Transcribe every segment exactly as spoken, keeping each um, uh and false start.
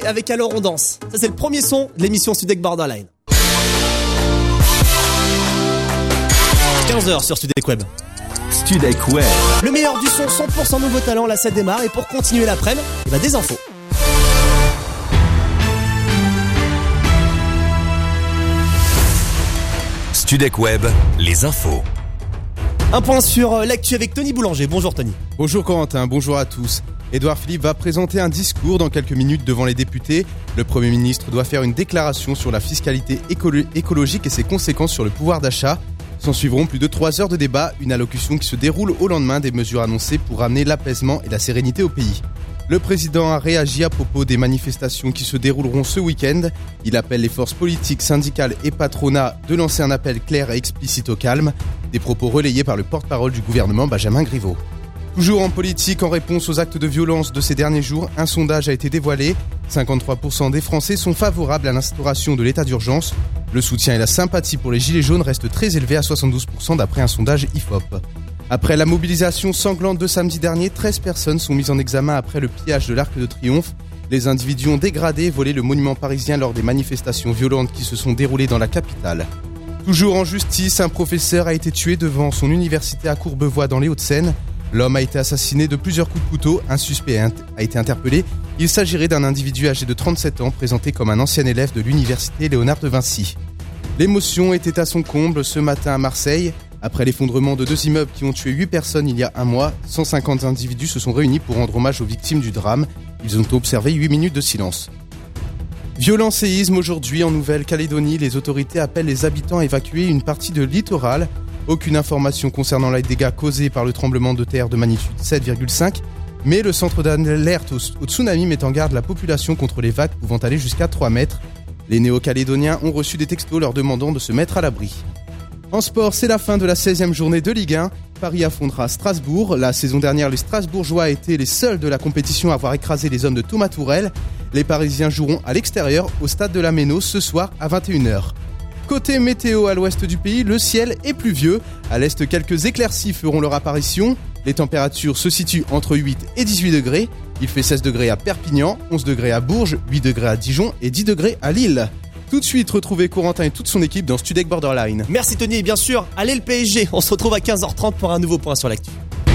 avec Alors on danse. Ça c'est le premier son de l'émission Studek Borderline. quinze heures sur Studek Web. Studek Web. Le meilleur du son, cent pour cent nouveau talent, là ça démarre. Et pour continuer l'après-midi, eh ben, des infos. Studek Web, les infos. Un point sur l'actu avec Tony Boulanger. Bonjour Tony. Bonjour Corentin, bonjour à tous. Édouard Philippe va présenter un discours dans quelques minutes devant les députés. Le Premier ministre doit faire une déclaration sur la fiscalité écolo- écologique et ses conséquences sur le pouvoir d'achat. S'en suivront plus de trois heures de débat, une allocution qui se déroule au lendemain des mesures annoncées pour ramener l'apaisement et la sérénité au pays. Le président a réagi à propos des manifestations qui se dérouleront ce week-end. Il appelle les forces politiques, syndicales et patronats de lancer un appel clair et explicite au calme. Des propos relayés par le porte-parole du gouvernement, Benjamin Griveaux. Toujours en politique, en réponse aux actes de violence de ces derniers jours, un sondage a été dévoilé. cinquante-trois pour cent des Français sont favorables à l'instauration de l'état d'urgence. Le soutien et la sympathie pour les gilets jaunes restent très élevés à soixante-douze pour cent d'après un sondage I F O P. Après la mobilisation sanglante de samedi dernier, treize personnes sont mises en examen après le pillage de l'Arc de Triomphe. Les individus ont dégradé et volé le monument parisien lors des manifestations violentes qui se sont déroulées dans la capitale. Toujours en justice, un professeur a été tué devant son université à Courbevoie dans les Hauts-de-Seine. L'homme a été assassiné de plusieurs coups de couteau. Un suspect a été interpellé. Il s'agirait d'un individu âgé de trente-sept ans, présenté comme un ancien élève de l'université Léonard de Vinci. L'émotion était à son comble ce matin à Marseille. Après l'effondrement de deux immeubles qui ont tué huit personnes il y a un mois, cent cinquante individus se sont réunis pour rendre hommage aux victimes du drame. Ils ont observé huit minutes de silence. Violent séisme aujourd'hui en Nouvelle-Calédonie. Les autorités appellent les habitants à évacuer une partie de littoral. Aucune information concernant les dégâts causés par le tremblement de terre de magnitude sept virgule cinq. Mais le centre d'alerte au tsunami met en garde la population contre les vagues pouvant aller jusqu'à trois mètres. Les néo-calédoniens ont reçu des textos leur demandant de se mettre à l'abri. En sport, c'est la fin de la seizième journée de Ligue un. Paris affrontera Strasbourg. La saison dernière, les Strasbourgeois étaient les seuls de la compétition à avoir écrasé les hommes de Thomas Tourelle. Les Parisiens joueront à l'extérieur au stade de la Méno ce soir à vingt et une heures. Côté météo, à l'ouest du pays, le ciel est pluvieux. À l'est, quelques éclaircies feront leur apparition. Les températures se situent entre huit et dix-huit degrés. Il fait seize degrés à Perpignan, onze degrés à Bourges, huit degrés à Dijon et dix degrés à Lille. Tout de suite, retrouvez Corentin et toute son équipe dans Studek Borderline. Merci Tony et bien sûr, allez le P S G. On se retrouve à quinze heures trente pour un nouveau point sur l'actu.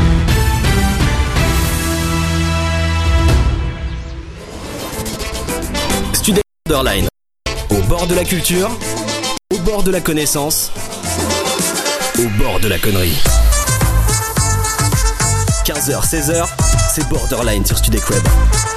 Studek Borderline. Au bord de la culture, au bord de la connaissance, au bord de la connerie. quinze heures, seize heures, c'est Borderline sur Studek Web.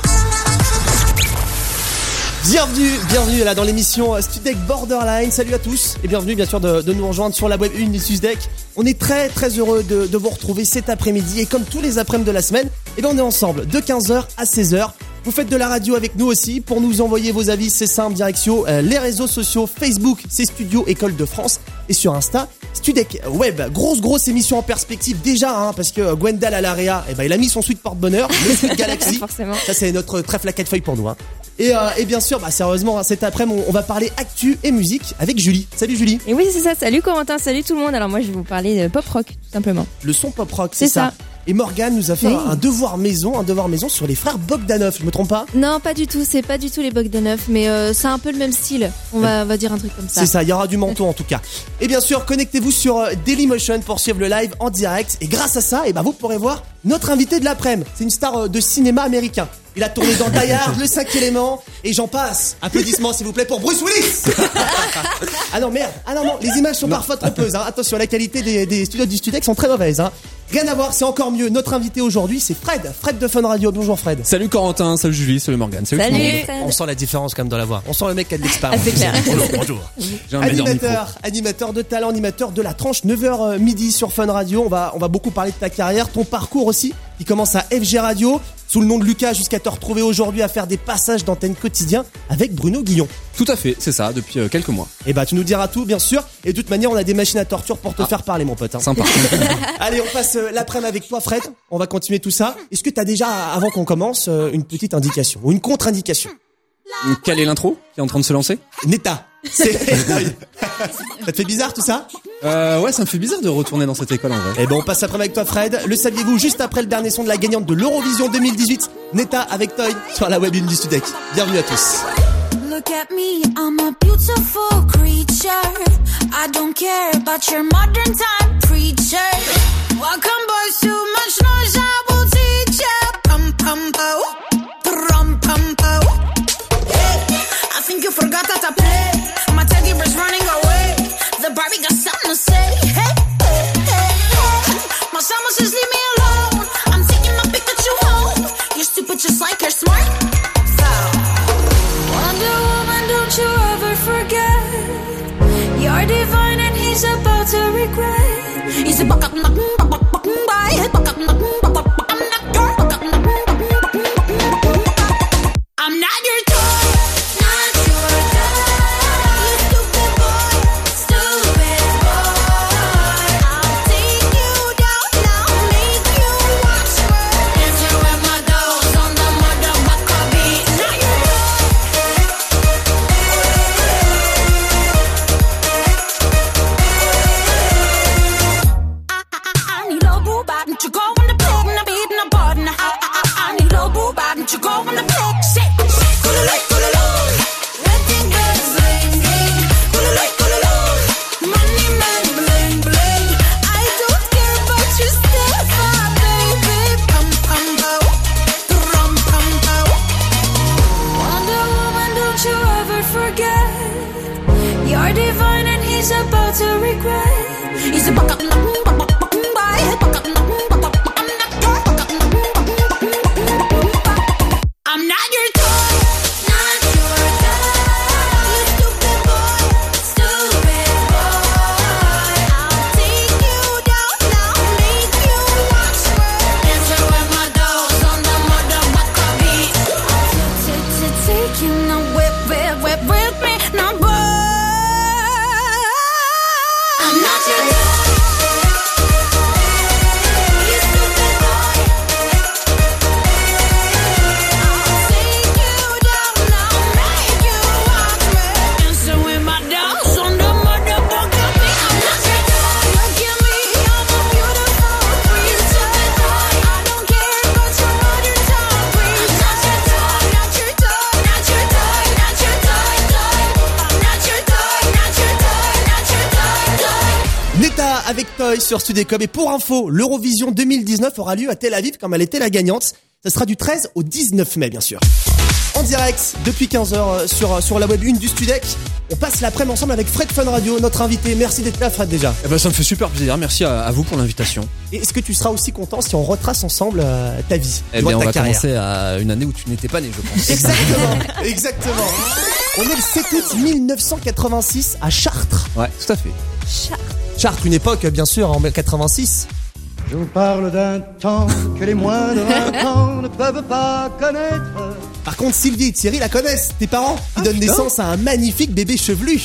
Bienvenue, bienvenue là dans l'émission Studek Borderline. Salut à tous et bienvenue bien sûr de, de nous rejoindre sur la web une du Studek. On est très très heureux de, de vous retrouver cet après-midi et comme tous les après-midi de la semaine, eh bien on est ensemble de quinze heures à seize heures. Vous faites de la radio avec nous aussi. Pour nous envoyer vos avis, c'est simple, direction euh, les réseaux sociaux. Facebook, c'est Studio École de France. Et sur Insta, Studek Web. Grosse, grosse émission en perspective déjà, hein, parce que Gwendal à l'Area, eh ben, il a mis son sweat porte-bonheur, le sweat Galaxy. Forcément. Ça, c'est notre trèfle à quatre feuilles pour nous. Hein. Et, euh, et bien sûr, bah, sérieusement, hein, cet après-midi, on, on va parler actu et musique avec Julie. Salut Julie. Et oui, c'est ça. Salut Corentin, salut tout le monde. Alors moi, je vais vous parler de pop rock, tout simplement. Le son pop rock, c'est, c'est ça. ça. Et Morgane nous a fait oui. un, un devoir maison, un devoir maison sur les frères Bogdanov, je me trompe pas? Non, pas du tout, c'est pas du tout les Bogdanov, mais euh, c'est un peu le même style. On va, on va dire un truc comme ça. C'est ça, il y aura du manteau en tout cas. Et bien sûr, connectez-vous sur euh, Dailymotion pour suivre le live en direct. Et grâce à ça, et ben vous pourrez voir notre invité de l'après-midi. C'est une star euh, de cinéma américain. Il a tourné dans Die Hard, Le Cinq Éléments, et j'en passe. Applaudissements s'il vous plaît pour Bruce Willis. Ah non merde, ah non non, les images sont non. parfois trompeuses. Hein. Attention, la qualité des, des studios du Studek sont très mauvaises. Hein. Rien à voir, c'est encore mieux. Notre invité aujourd'hui, c'est Fred, Fred de Fun Radio. Bonjour Fred. Salut Corentin, salut Julie, salut Morgane. Salut, salut Fred. On sent la différence quand même dans la voix. On sent le mec qui a de l'expérience. Ah, c'est clair. Bonjour, bonjour. J'ai un animateur, animateur de talent, animateur de la tranche neuf heures midi sur Fun Radio. On va, on va beaucoup parler de ta carrière, ton parcours aussi, qui commence à F G Radio, sous le nom de Lucas, jusqu'à te retrouver aujourd'hui à faire des passages d'antenne quotidien avec Bruno Guillon. Tout à fait, c'est ça, depuis euh, quelques mois. Et bah tu nous diras tout, bien sûr. Et de toute manière, on a des machines à torture pour te ah. faire parler, mon pote. Hein. Sympa. Allez, on passe euh, l'après-midi avec toi, Fred. On va continuer tout ça. Est-ce que t'as déjà, avant qu'on commence, euh, une petite indication ou une contre-indication? Quelle est l'intro qui est en train de se lancer? Neta. C'est... Ça te fait bizarre tout ça? Euh, ouais, ça me fait bizarre de retourner dans cette école en vrai. Et bon, on passe après avec toi Fred. Le saviez-vous, juste après le dernier son de la gagnante de l'Eurovision deux mille dix-huit, Netta avec Toy sur la web une du Studek. Bienvenue à tous. Look at me, I'm a beautiful creature. I don't care about your modern time preacher. Welcome boys, too much noise, I will teach ya. Pum pum po, pum pum po. Hey, I think you forgot how to play. My teddy bear's running away. The Barbie got something to say. Hey, hey, hey, hey. My summer says leave me alone. I'm taking my Pikachu home. You're stupid just like her smart. Wonder Woman, don't you ever forget. You're divine and he's about to regret. He's a buck up, buck up, buck up, buck up, buck up. I'm not your I'm not your toy, not your toy. You stupid boy, stupid boy. I'll take you down now, make you watch me. Dancing with my dolls on the motherfucker beat. Not your Don't you go on the pig, na beat na bod na. I need low boo bad. Don't you go on the pig? Shake, shake, cool like, cool along. Wedding bells ring, ring. Cool like, cool along. Money man, bling, bling. I don't care about your stuff, ah, baby. Pum pum pow, pum pum pow. Wonder Woman, don't you ever forget. You're divine and he's about to regret. He's a buck up, buck up, buck up, buck up. I'm not your toy, not your toy. You stupid boy, stupid boy. I'll take you down now, make you watch me. Dancing with my dolls on the motherfucker beat. Take you now, whip, whip, whip, whip me now, boy. I'm not your toy. Netta avec Toy sur Studecom. Et pour info, l'Eurovision deux mille dix-neuf aura lieu à Tel Aviv comme elle était la gagnante. Ça sera du treize au dix-neuf mai, bien sûr. En direct, depuis quinze heures sur, sur la web une du Studec. On passe l'après-midi ensemble avec Fred Fun Radio, notre invité. Merci d'être là, Fred, déjà. Eh ben, ça me fait super plaisir. Merci à, à vous pour l'invitation. Et est-ce que tu seras aussi content si on retrace ensemble euh, ta vie? Eh bien, on va carrière. commencer à une année où tu n'étais pas né, je pense. Exactement, exactement. On est le sept août mille neuf cent quatre-vingt-six à Chartres. Ouais, tout à fait. Chartres. Chartres, une époque, bien sûr, en quatre-vingt-six. Je vous parle d'un temps que les moins de vingt ans ne peuvent pas connaître. Par contre, Sylvie et Thierry la connaissent, tes parents, qui ah, donnent putain. naissance à un magnifique bébé chevelu.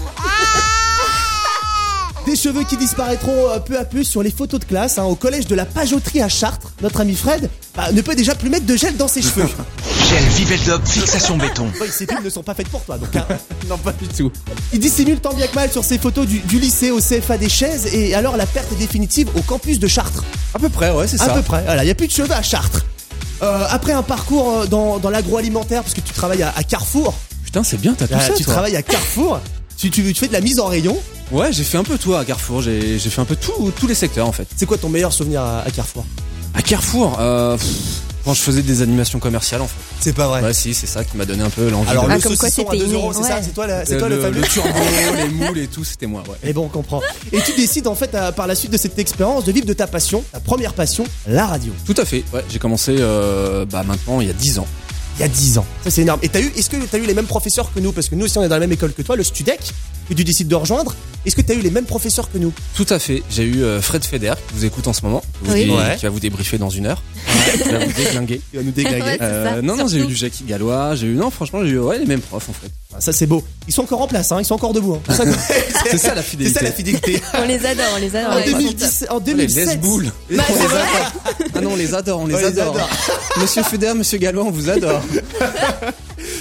Des cheveux qui disparaîtront peu à peu sur les photos de classe, hein, au collège de la Pageauterie à Chartres. Notre ami Fred bah, ne peut déjà plus mettre de gel dans ses cheveux. Gel Viveldop fixation béton. Ouais, ces pubs ne sont pas faites pour toi, donc. Hein. Non, pas du tout. Il dissimule tant bien que mal sur ses photos du, du lycée au C F A des Chaises, et alors la perte est définitive au campus de Chartres. À peu près, ouais, c'est ça. À peu près, voilà, il n'y a plus de cheveux à Chartres. Euh, après un parcours dans, dans l'agroalimentaire, parce que tu travailles à, à Carrefour. Putain, c'est bien, t'as tout euh, ça, Tu toi. travailles à Carrefour, tu, tu, tu fais de la mise en rayon. Ouais, j'ai fait un peu tout à Carrefour, j'ai, j'ai fait un peu tout, tous les secteurs en fait. C'est quoi ton meilleur souvenir à, à Carrefour? À Carrefour, euh, pff, quand je faisais des animations commerciales en fait. C'est pas vrai. Ouais, si, c'est ça qui m'a donné un peu l'envie. Alors de... le Ah, comme quoi, saucisson à t'étais deux euros, inné, c'est ça? ouais. C'est toi, la, c'est toi le, le fameux le turbo, les moules et tout, c'était moi, ouais. Et bon, on comprend. Et tu décides en fait à, par la suite de cette expérience de vivre de ta passion, ta première passion, la radio. Tout à fait, ouais, j'ai commencé euh, bah maintenant il y a dix ans. Il y a dix ans. Ça c'est énorme. Et t'as eu, est-ce que t'as eu les mêmes professeurs que nous? Parce que nous aussi on est dans la même école que toi, le Studec, que tu décides de rejoindre. Est-ce que t'as eu les mêmes professeurs que nous? Tout à fait, j'ai eu euh, Fred Feder qui vous écoute en ce moment, qui, Oui. qui- Ouais. qui va vous débriefer dans une heure, qui va vous déglinguer. Il va nous déglinguer. Ouais. C'est ça, Euh, non, non, j'ai eu surtout. du Jackie Gallois, j'ai eu, non, franchement, j'ai eu ouais, les mêmes profs en fait. Ça c'est beau. Ils sont encore en place, hein. Ils sont encore debout. Hein. C'est ça, C'est ça la c'est fidélité. ça la fidélité. On les adore, on les adore. En les deux mille professeurs. dix, en Oh, les deux mille sept. laisse-boules. Bah, On c'est les vrai. adore. Ah non, on les adore, on les On les adore. adore. Monsieur Feder, Monsieur Gallois, on vous adore.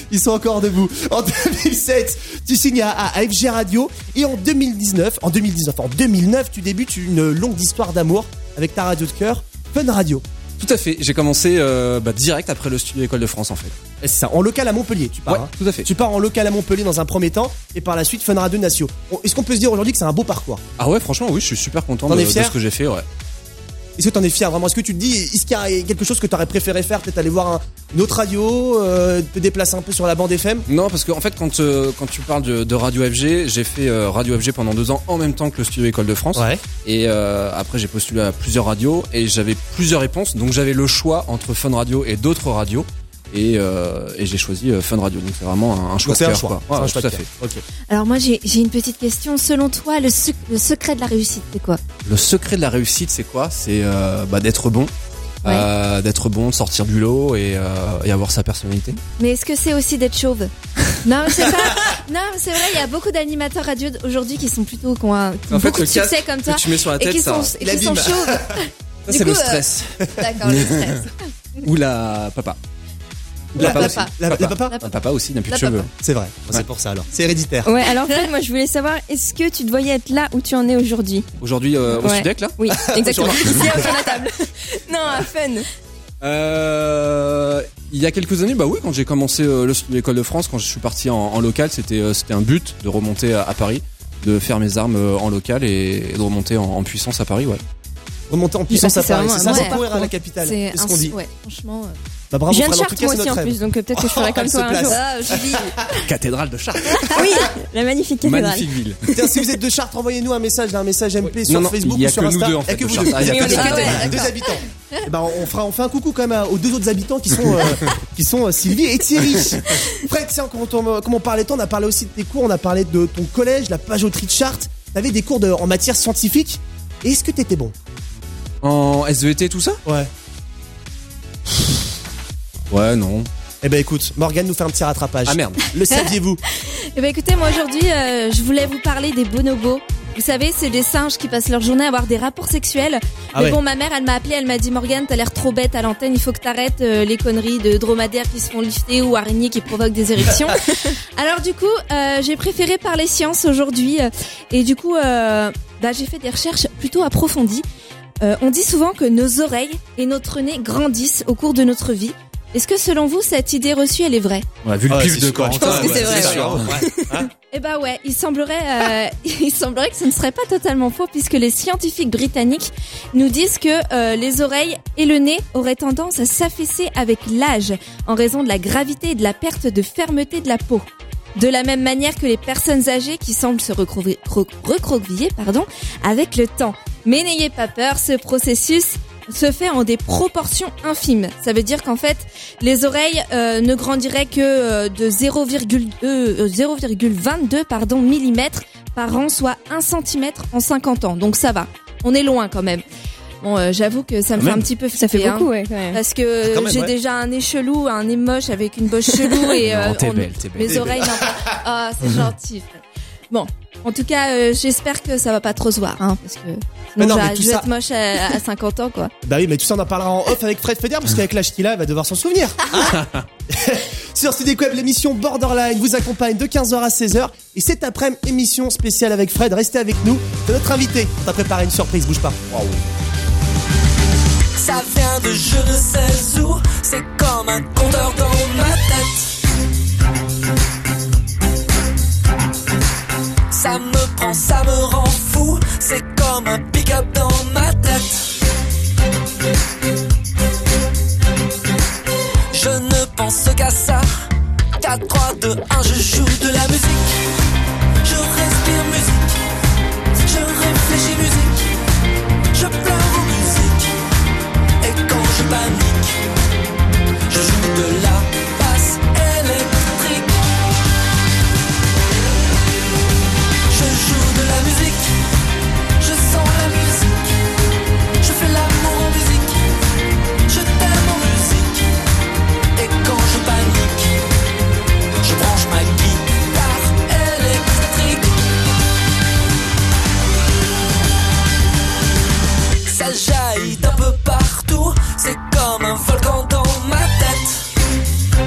Ils sont encore debout. En deux mille sept, tu signes à, à F G Radio. Et en deux mille dix-neuf, en deux mille dix-neuf, en deux mille neuf, tu débutes une longue histoire d'amour avec ta radio de cœur, Fun Radio. Tout à fait. J'ai commencé euh, bah, direct après le studio École de France en fait. Et c'est ça, en local à Montpellier, tu pars. Ouais, hein. tout à fait. Tu pars en local à Montpellier dans un premier temps. Et par la suite, Fun Radio Natio. Est-ce qu'on peut se dire aujourd'hui que c'est un beau parcours? Ah ouais, franchement, oui, je suis super content T'en de, es de fier ce que j'ai fait, ouais. Est-ce que t'en es fier vraiment? Est-ce que tu te dis, est-ce qu'il y a quelque chose que t'aurais préféré faire? Peut-être aller voir un, une autre radio, euh, te déplacer un peu sur la bande F M? Non, parce qu'en en fait, quand, euh, quand tu parles de, de Radio F G, j'ai fait euh, Radio F G pendant deux ans en même temps que le studio École de France. Ouais. Et euh, après, j'ai postulé à plusieurs radios et j'avais plusieurs réponses. Donc, j'avais le choix entre Fun Radio et d'autres radios. Et, euh, et j'ai choisi euh, Fun Radio. Donc, c'est vraiment un, un choix Donc c'est de un cœur, choix. quoi. C'est Ouais, un choix tout à de fait. cœur. Ok. Alors moi j'ai j'ai une petite question. Selon toi, le, suc- le secret de la réussite, c'est quoi? Le secret de la réussite, c'est quoi? C'est euh, bah, d'être bon. Ouais. Euh, d'être bon, de sortir du lot et, euh, et avoir sa personnalité. Mais est-ce que c'est aussi d'être chauve? Non, je sais pas. Non, mais c'est vrai, il y a beaucoup d'animateurs radio aujourd'hui qui sont plutôt qui ont, un, qui ont En fait, beaucoup le de succès casque comme toi que tu mets sur la et tête, qui ça, sont, et il qui sont abîme. chauves. ça Du c'est coup, le euh, stress. D'accord, le stress. Ou la papa. La, Papa. la- la- la papa? La papa aussi n'a plus La de cheveux. papa. C'est vrai. Bon, Ouais. C'est pour ça alors. C'est héréditaire. Ouais, alors Fred, moi je voulais savoir, est-ce que tu te voyais être là où tu en es aujourd'hui? Aujourd'hui, euh, au Ouais. Sudec, là Oui, exactement. Ici autour de la table. Non, à Fun. euh, Il y a quelques années, bah oui, quand j'ai commencé euh, le studio École de France, quand je suis parti en, en local, c'était euh, c'était un but de remonter à, à Paris, de faire mes armes euh, en local et, et de remonter en, en puissance à Paris, ouais. Remonter en puissance ça, à c'est Paris. vraiment C'est ça, un c'est beau courir à parcours. la capitale. C'est C'est ce un- qu'on dit. Ouais, franchement. euh. Bah bravo, Je viens de Fred, en tout Chartres cas, moi c'est aussi en notre rêve. plus, donc euh, peut-être que je ferai comme Elle se toi un place. jour. Ah, Julie. Cathédrale de Chartres. Oui, la magnifique cathédrale. Magnifique ville. Tiens, si vous êtes de Chartres, envoyez-nous un message, un message M P sur Non, non, Facebook il y a ou sur que nous Insta. deux, en Il y a fait, que de vous Chartres. deux. Ah, il y a Oui, que on est deux. que Ah ouais, deux. Deux d'accord. habitants. Eh ben, on fera, on fait un coucou quand même à- aux deux autres habitants qui sont, euh, qui sont euh, Sylvie et Thierry. Fred, tiens, quand on, comme on parlait de toi, on a parlé aussi de tes cours, on a parlé de ton collège, la pageauterie de Chartres. T'avais des cours de, en matière scientifique. Et est-ce que t'étais bon? En S V T, tout ça? Ouais. Ouais, non. Eh ben écoute, Morgane nous fait un petit rattrapage. Ah merde. Le saviez-vous? Eh ben écoutez, moi aujourd'hui, euh, je voulais vous parler des bonobos. Vous savez, c'est des singes qui passent leur journée à avoir des rapports sexuels. Ah Mais ouais. bon, ma mère, elle m'a appelé, elle m'a dit Morgane, t'as l'air trop bête à l'antenne, il faut que t'arrêtes euh, les conneries de dromadaires qui se font lifter ou araignées qui provoquent des érections. Alors du coup, euh, j'ai préféré parler science aujourd'hui euh, et du coup, euh, bah, j'ai fait des recherches plutôt approfondies. Euh, on dit souvent que nos oreilles et notre nez grandissent au cours de notre vie. Est-ce que selon vous, cette idée reçue, elle est vraie? Ouais, vu le Ah, pif c'est de sûr. Corentin. Je pense que ouais, c'est vrai, sûr. Ouais. Eh bah ouais, il semblerait, euh, il semblerait que ce ne serait pas totalement faux puisque les scientifiques britanniques nous disent que euh, les oreilles et le nez auraient tendance à s'affaisser avec l'âge en raison de la gravité et de la perte de fermeté de la peau. De la même manière que les personnes âgées qui semblent se recroqueviller, recroqueviller pardon, avec le temps. Mais n'ayez pas peur, ce processus se fait en des proportions infimes. Ça veut dire qu'en fait, les oreilles euh, ne grandiraient que euh, de zéro virgule vingt-deux pardon, millimètres par an, soit un centimètre en cinquante ans. Donc ça va, on est loin quand même. Bon, euh, j'avoue que ça me Quand fait même. un petit peu Ça fait flipper, hein, beaucoup, ouais, quand même. parce que Quand même, j'ai ouais. déjà un nez chelou, un nez moche avec une bosse chelou et Non, t'es on- belle, t'es belle. mes oreilles. n'en parlent- Ah, c'est gentil. Bon, en tout cas, euh, j'espère que ça va pas trop se voir, hein, parce que Mais sinon non, mais je tout je vais ça- être moche à, à cinquante ans, quoi. Bah oui, mais tout ça, on en parlera en off avec Fred Feder, parce qu'avec l'âge qu'il a, il va devoir s'en souvenir. Hein Sur Studic Web, l'émission Borderline vous accompagne de quinze heures à seize heures. Et cet après-midi, émission spéciale avec Fred. Restez avec nous. C'est notre invité. On t'a préparé une surprise, bouge pas. Ça vient de je ne sais où, c'est comme un compteur dans ma tête. Ça me prend, ça me rend fou, c'est comme un pick-up dans ma tête. Je ne pense qu'à ça, quatre, trois, deux, un, je joue de la musique. Je respire musique, je réfléchis musique, je pleure aux musique. Et quand je panique, je joue de la basse électrique. Je joue de la musique, je sens la musique. Je fais l'amour en musique, je t'aime en musique. Et quand je panique, je branche ma guitare électrique. Ça jaillit d'un peu partout, c'est comme un volcan dans ma tête.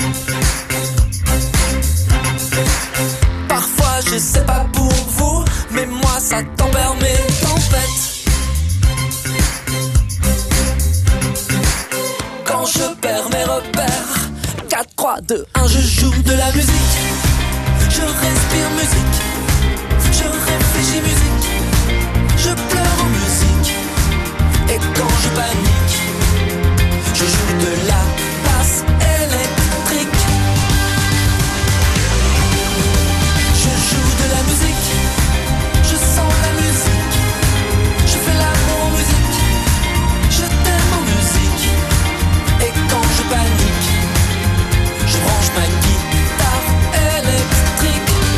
deux, un. Je joue de la musique, je respire musique, je réfléchis musique, je pleure en musique. Et quand je panique, je joue de la basse électrique. Je joue de la musique, je sens la musique, je fais l'amour en musique, je t'aime en musique. Et quand je panique, je branche ma guitare électrique.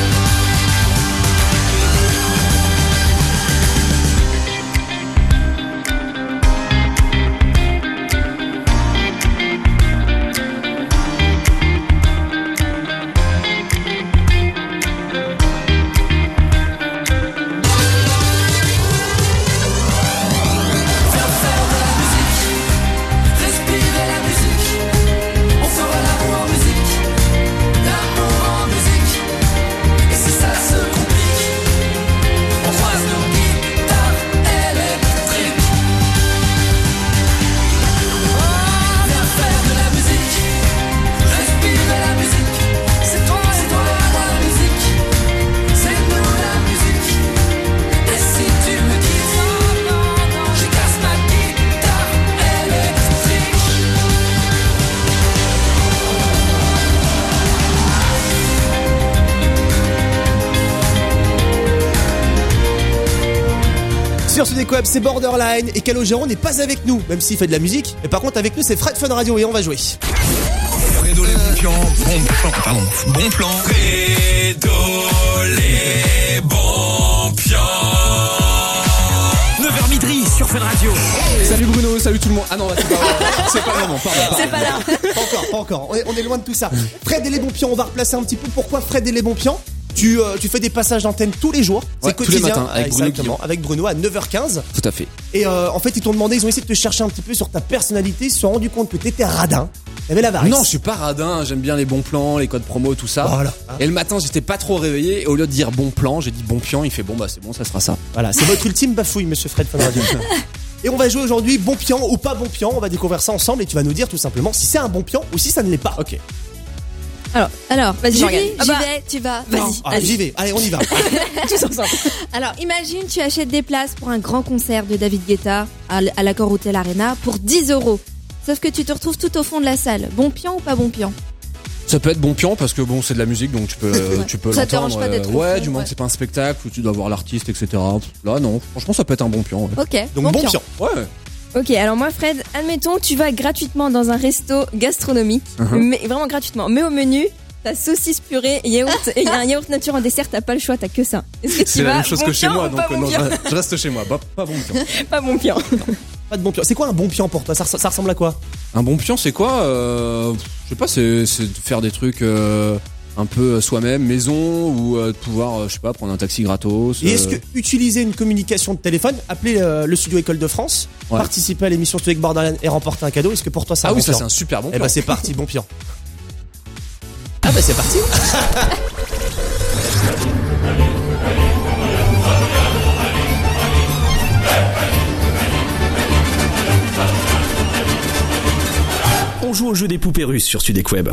Sur Sudek Web, c'est Borderline et Calogero n'est pas avec nous, même s'il fait de la musique. Et par contre, avec nous, c'est Fred Fun Radio et on va jouer. Fredo les bons plans, bon plan, pardon, bon plan. Fredo les bons plans. neuf heures midi sur Fun Radio. Salut Bruno, salut tout le monde. Ah non, là, c'est pas, c'est pas le moment, pardon. C'est pas là. Pas encore, pas encore. On est, on est loin de tout ça. Fred et les bons pions, on va replacer un petit peu pourquoi Fred et les bons pions. Tu, euh, tu fais des passages d'antenne tous les jours. Ouais, C'est quotidien. tous les matins, avec Bruno Exactement, avec Bruno à neuf heures quinze. Tout à fait. Et euh, en fait, ils t'ont demandé, ils ont essayé de te chercher un petit peu sur ta personnalité. Ils se sont rendus compte que t'étais radin. T'avais la varice. Non, je suis pas radin, j'aime bien les bons plans, les codes promo, tout ça. Voilà. Et le matin, j'étais pas trop réveillé, et au lieu de dire bon plan, j'ai dit bon pion, il fait bon, bah c'est bon, ça sera ça. Voilà, c'est votre ultime bafouille, monsieur Fred Fun Radio. Et on va jouer aujourd'hui bon pion ou pas bon pion. On va découvrir ça ensemble et tu vas nous dire tout simplement si c'est un bon pion ou si ça ne l'est pas. Ok. Alors, alors, vas-y, Julie, Morgane. j'y Ah bah, vais, tu vas. Vas-y, Non. Ah, allez. j'y vais. Allez, on y va. tous ensemble. Alors, imagine, tu achètes des places pour un grand concert de David Guetta à, l- à l'Accor Hotel Arena pour dix euros. Sauf que tu te retrouves tout au fond de la salle. Bon pion ou pas bon pion? Ça peut être bon pion parce que bon, c'est de la musique, donc tu peux, euh, tu peux Ça te l'entendre. dérange pas d'être au ouais, fond, du moins ouais. que c'est pas un spectacle où tu dois voir l'artiste, et cetera. Là, non, franchement, ça peut être un bon pion. Ouais. Ok, Donc bon, pion. Ouais. Ok, alors moi, Fred, admettons, tu vas gratuitement dans un resto gastronomique, Uh-huh. mais vraiment gratuitement. Mais au menu, t'as saucisse purée, yaourt, et il y a un yaourt nature en dessert, t'as pas le choix, t'as que ça. Est-ce que tu C'est vas la même chose bon que chez pion moi, ou donc pas euh, bon non, pion je je reste chez moi. Bah, pas bon pion. Pas bon pion. Pas de bon pion. C'est quoi un bon pion pour toi? ça, res- ça ressemble à quoi? Un bon pion, c'est quoi euh, Je sais pas, c'est, c'est de faire des trucs euh, un peu soi-même, maison, ou euh, de pouvoir, euh, je sais pas, prendre un taxi gratos. Et est-ce euh, que utiliser une communication de téléphone, appeler euh, le studio École de France, Ouais. participer à l'émission Studio avec Borderline et remporter un cadeau, est-ce que pour toi c'est un Ah bon oui, ça pion? c'est un super bon Eh pion. bah c'est parti, bon pion. Ah bah c'est parti. On joue au jeu des poupées russes sur Sudek Web.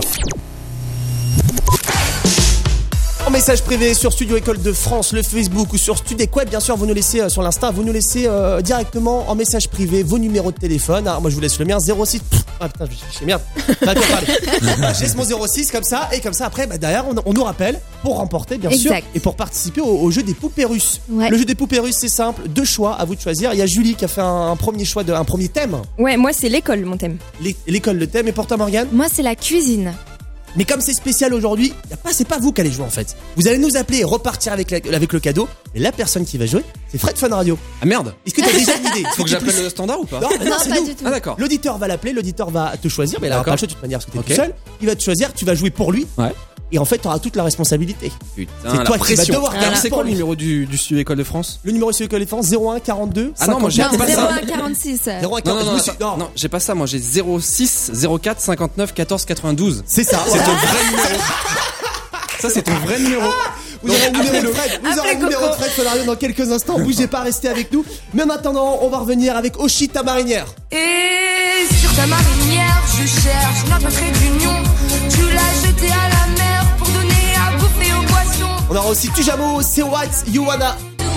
En message privé sur Studio École de France, le Facebook ou sur Studek Web, bien sûr, vous nous laissez euh, sur l'Insta, vous nous laissez euh, directement en message privé vos numéros de téléphone. Alors moi je vous laisse le mien zéro six. Pff, ah putain, je suis merde. Pas bien parler. Je laisse mon zéro six comme ça et comme ça après bah, derrière on, on nous rappelle pour remporter bien sûr Exact. et pour participer au, au jeu des poupées russes. Ouais. Le jeu des poupées russes c'est simple, deux choix à vous de choisir. Il y a Julie qui a fait un, un premier choix de un premier thème. Ouais, moi, c'est l'école, mon thème. L'é- L'école le thème et pour toi Morgane. Moi, c'est la cuisine. Mais comme c'est spécial aujourd'hui, y a pas, c'est pas vous qui allez jouer en fait. Vous allez nous appeler et repartir avec, la- avec le cadeau. Mais la personne qui va jouer, c'est Fred Fun Radio. Ah merde. Est-ce que t'as déjà une idée? Faut que j'appelle le standard ou pas? Non, mais non, Non, c'est pas nous. du tout. Ah d'accord. L'auditeur va l'appeler, l'auditeur va te choisir, mais là, D'accord. pas le choix de toute manière parce que t'es Ok. tout seul. Il va te choisir, tu vas jouer pour lui. Ouais. Et en fait, t'auras toute la responsabilité. Putain, C'est la toi qui vas pression. devoir Alors, faire c'est pour quoi le lui. numéro du, du studio École de France? Le numéro sur École Défense zéro un quarante-deux Ah non, moi, j'ai Non, pas zéro ça. un quarante-six. zéro un Non, non, quarante-deux. non, je me suis- attends, non, j'ai pas ça, moi j'ai zéro six zéro quatre cinquante-neuf quatorze quatre-vingt-douze. C'est ça. C'est ton vrai numéro. Ça c'est ton vrai numéro. Vous aurez le numéro de Fred, vous aurez Après le numéro de Coco. Fred Folario dans quelques instants. Bougez pas, restez avec nous. Mais en attendant, on va revenir avec Oshi ta marinière. Et sur Ta marinière, je cherche notre trait d'union. Tu l'as jeté à la mer pour donner à bouffer aux poissons. On aura aussi Tujamo, C'est White, You Wanna.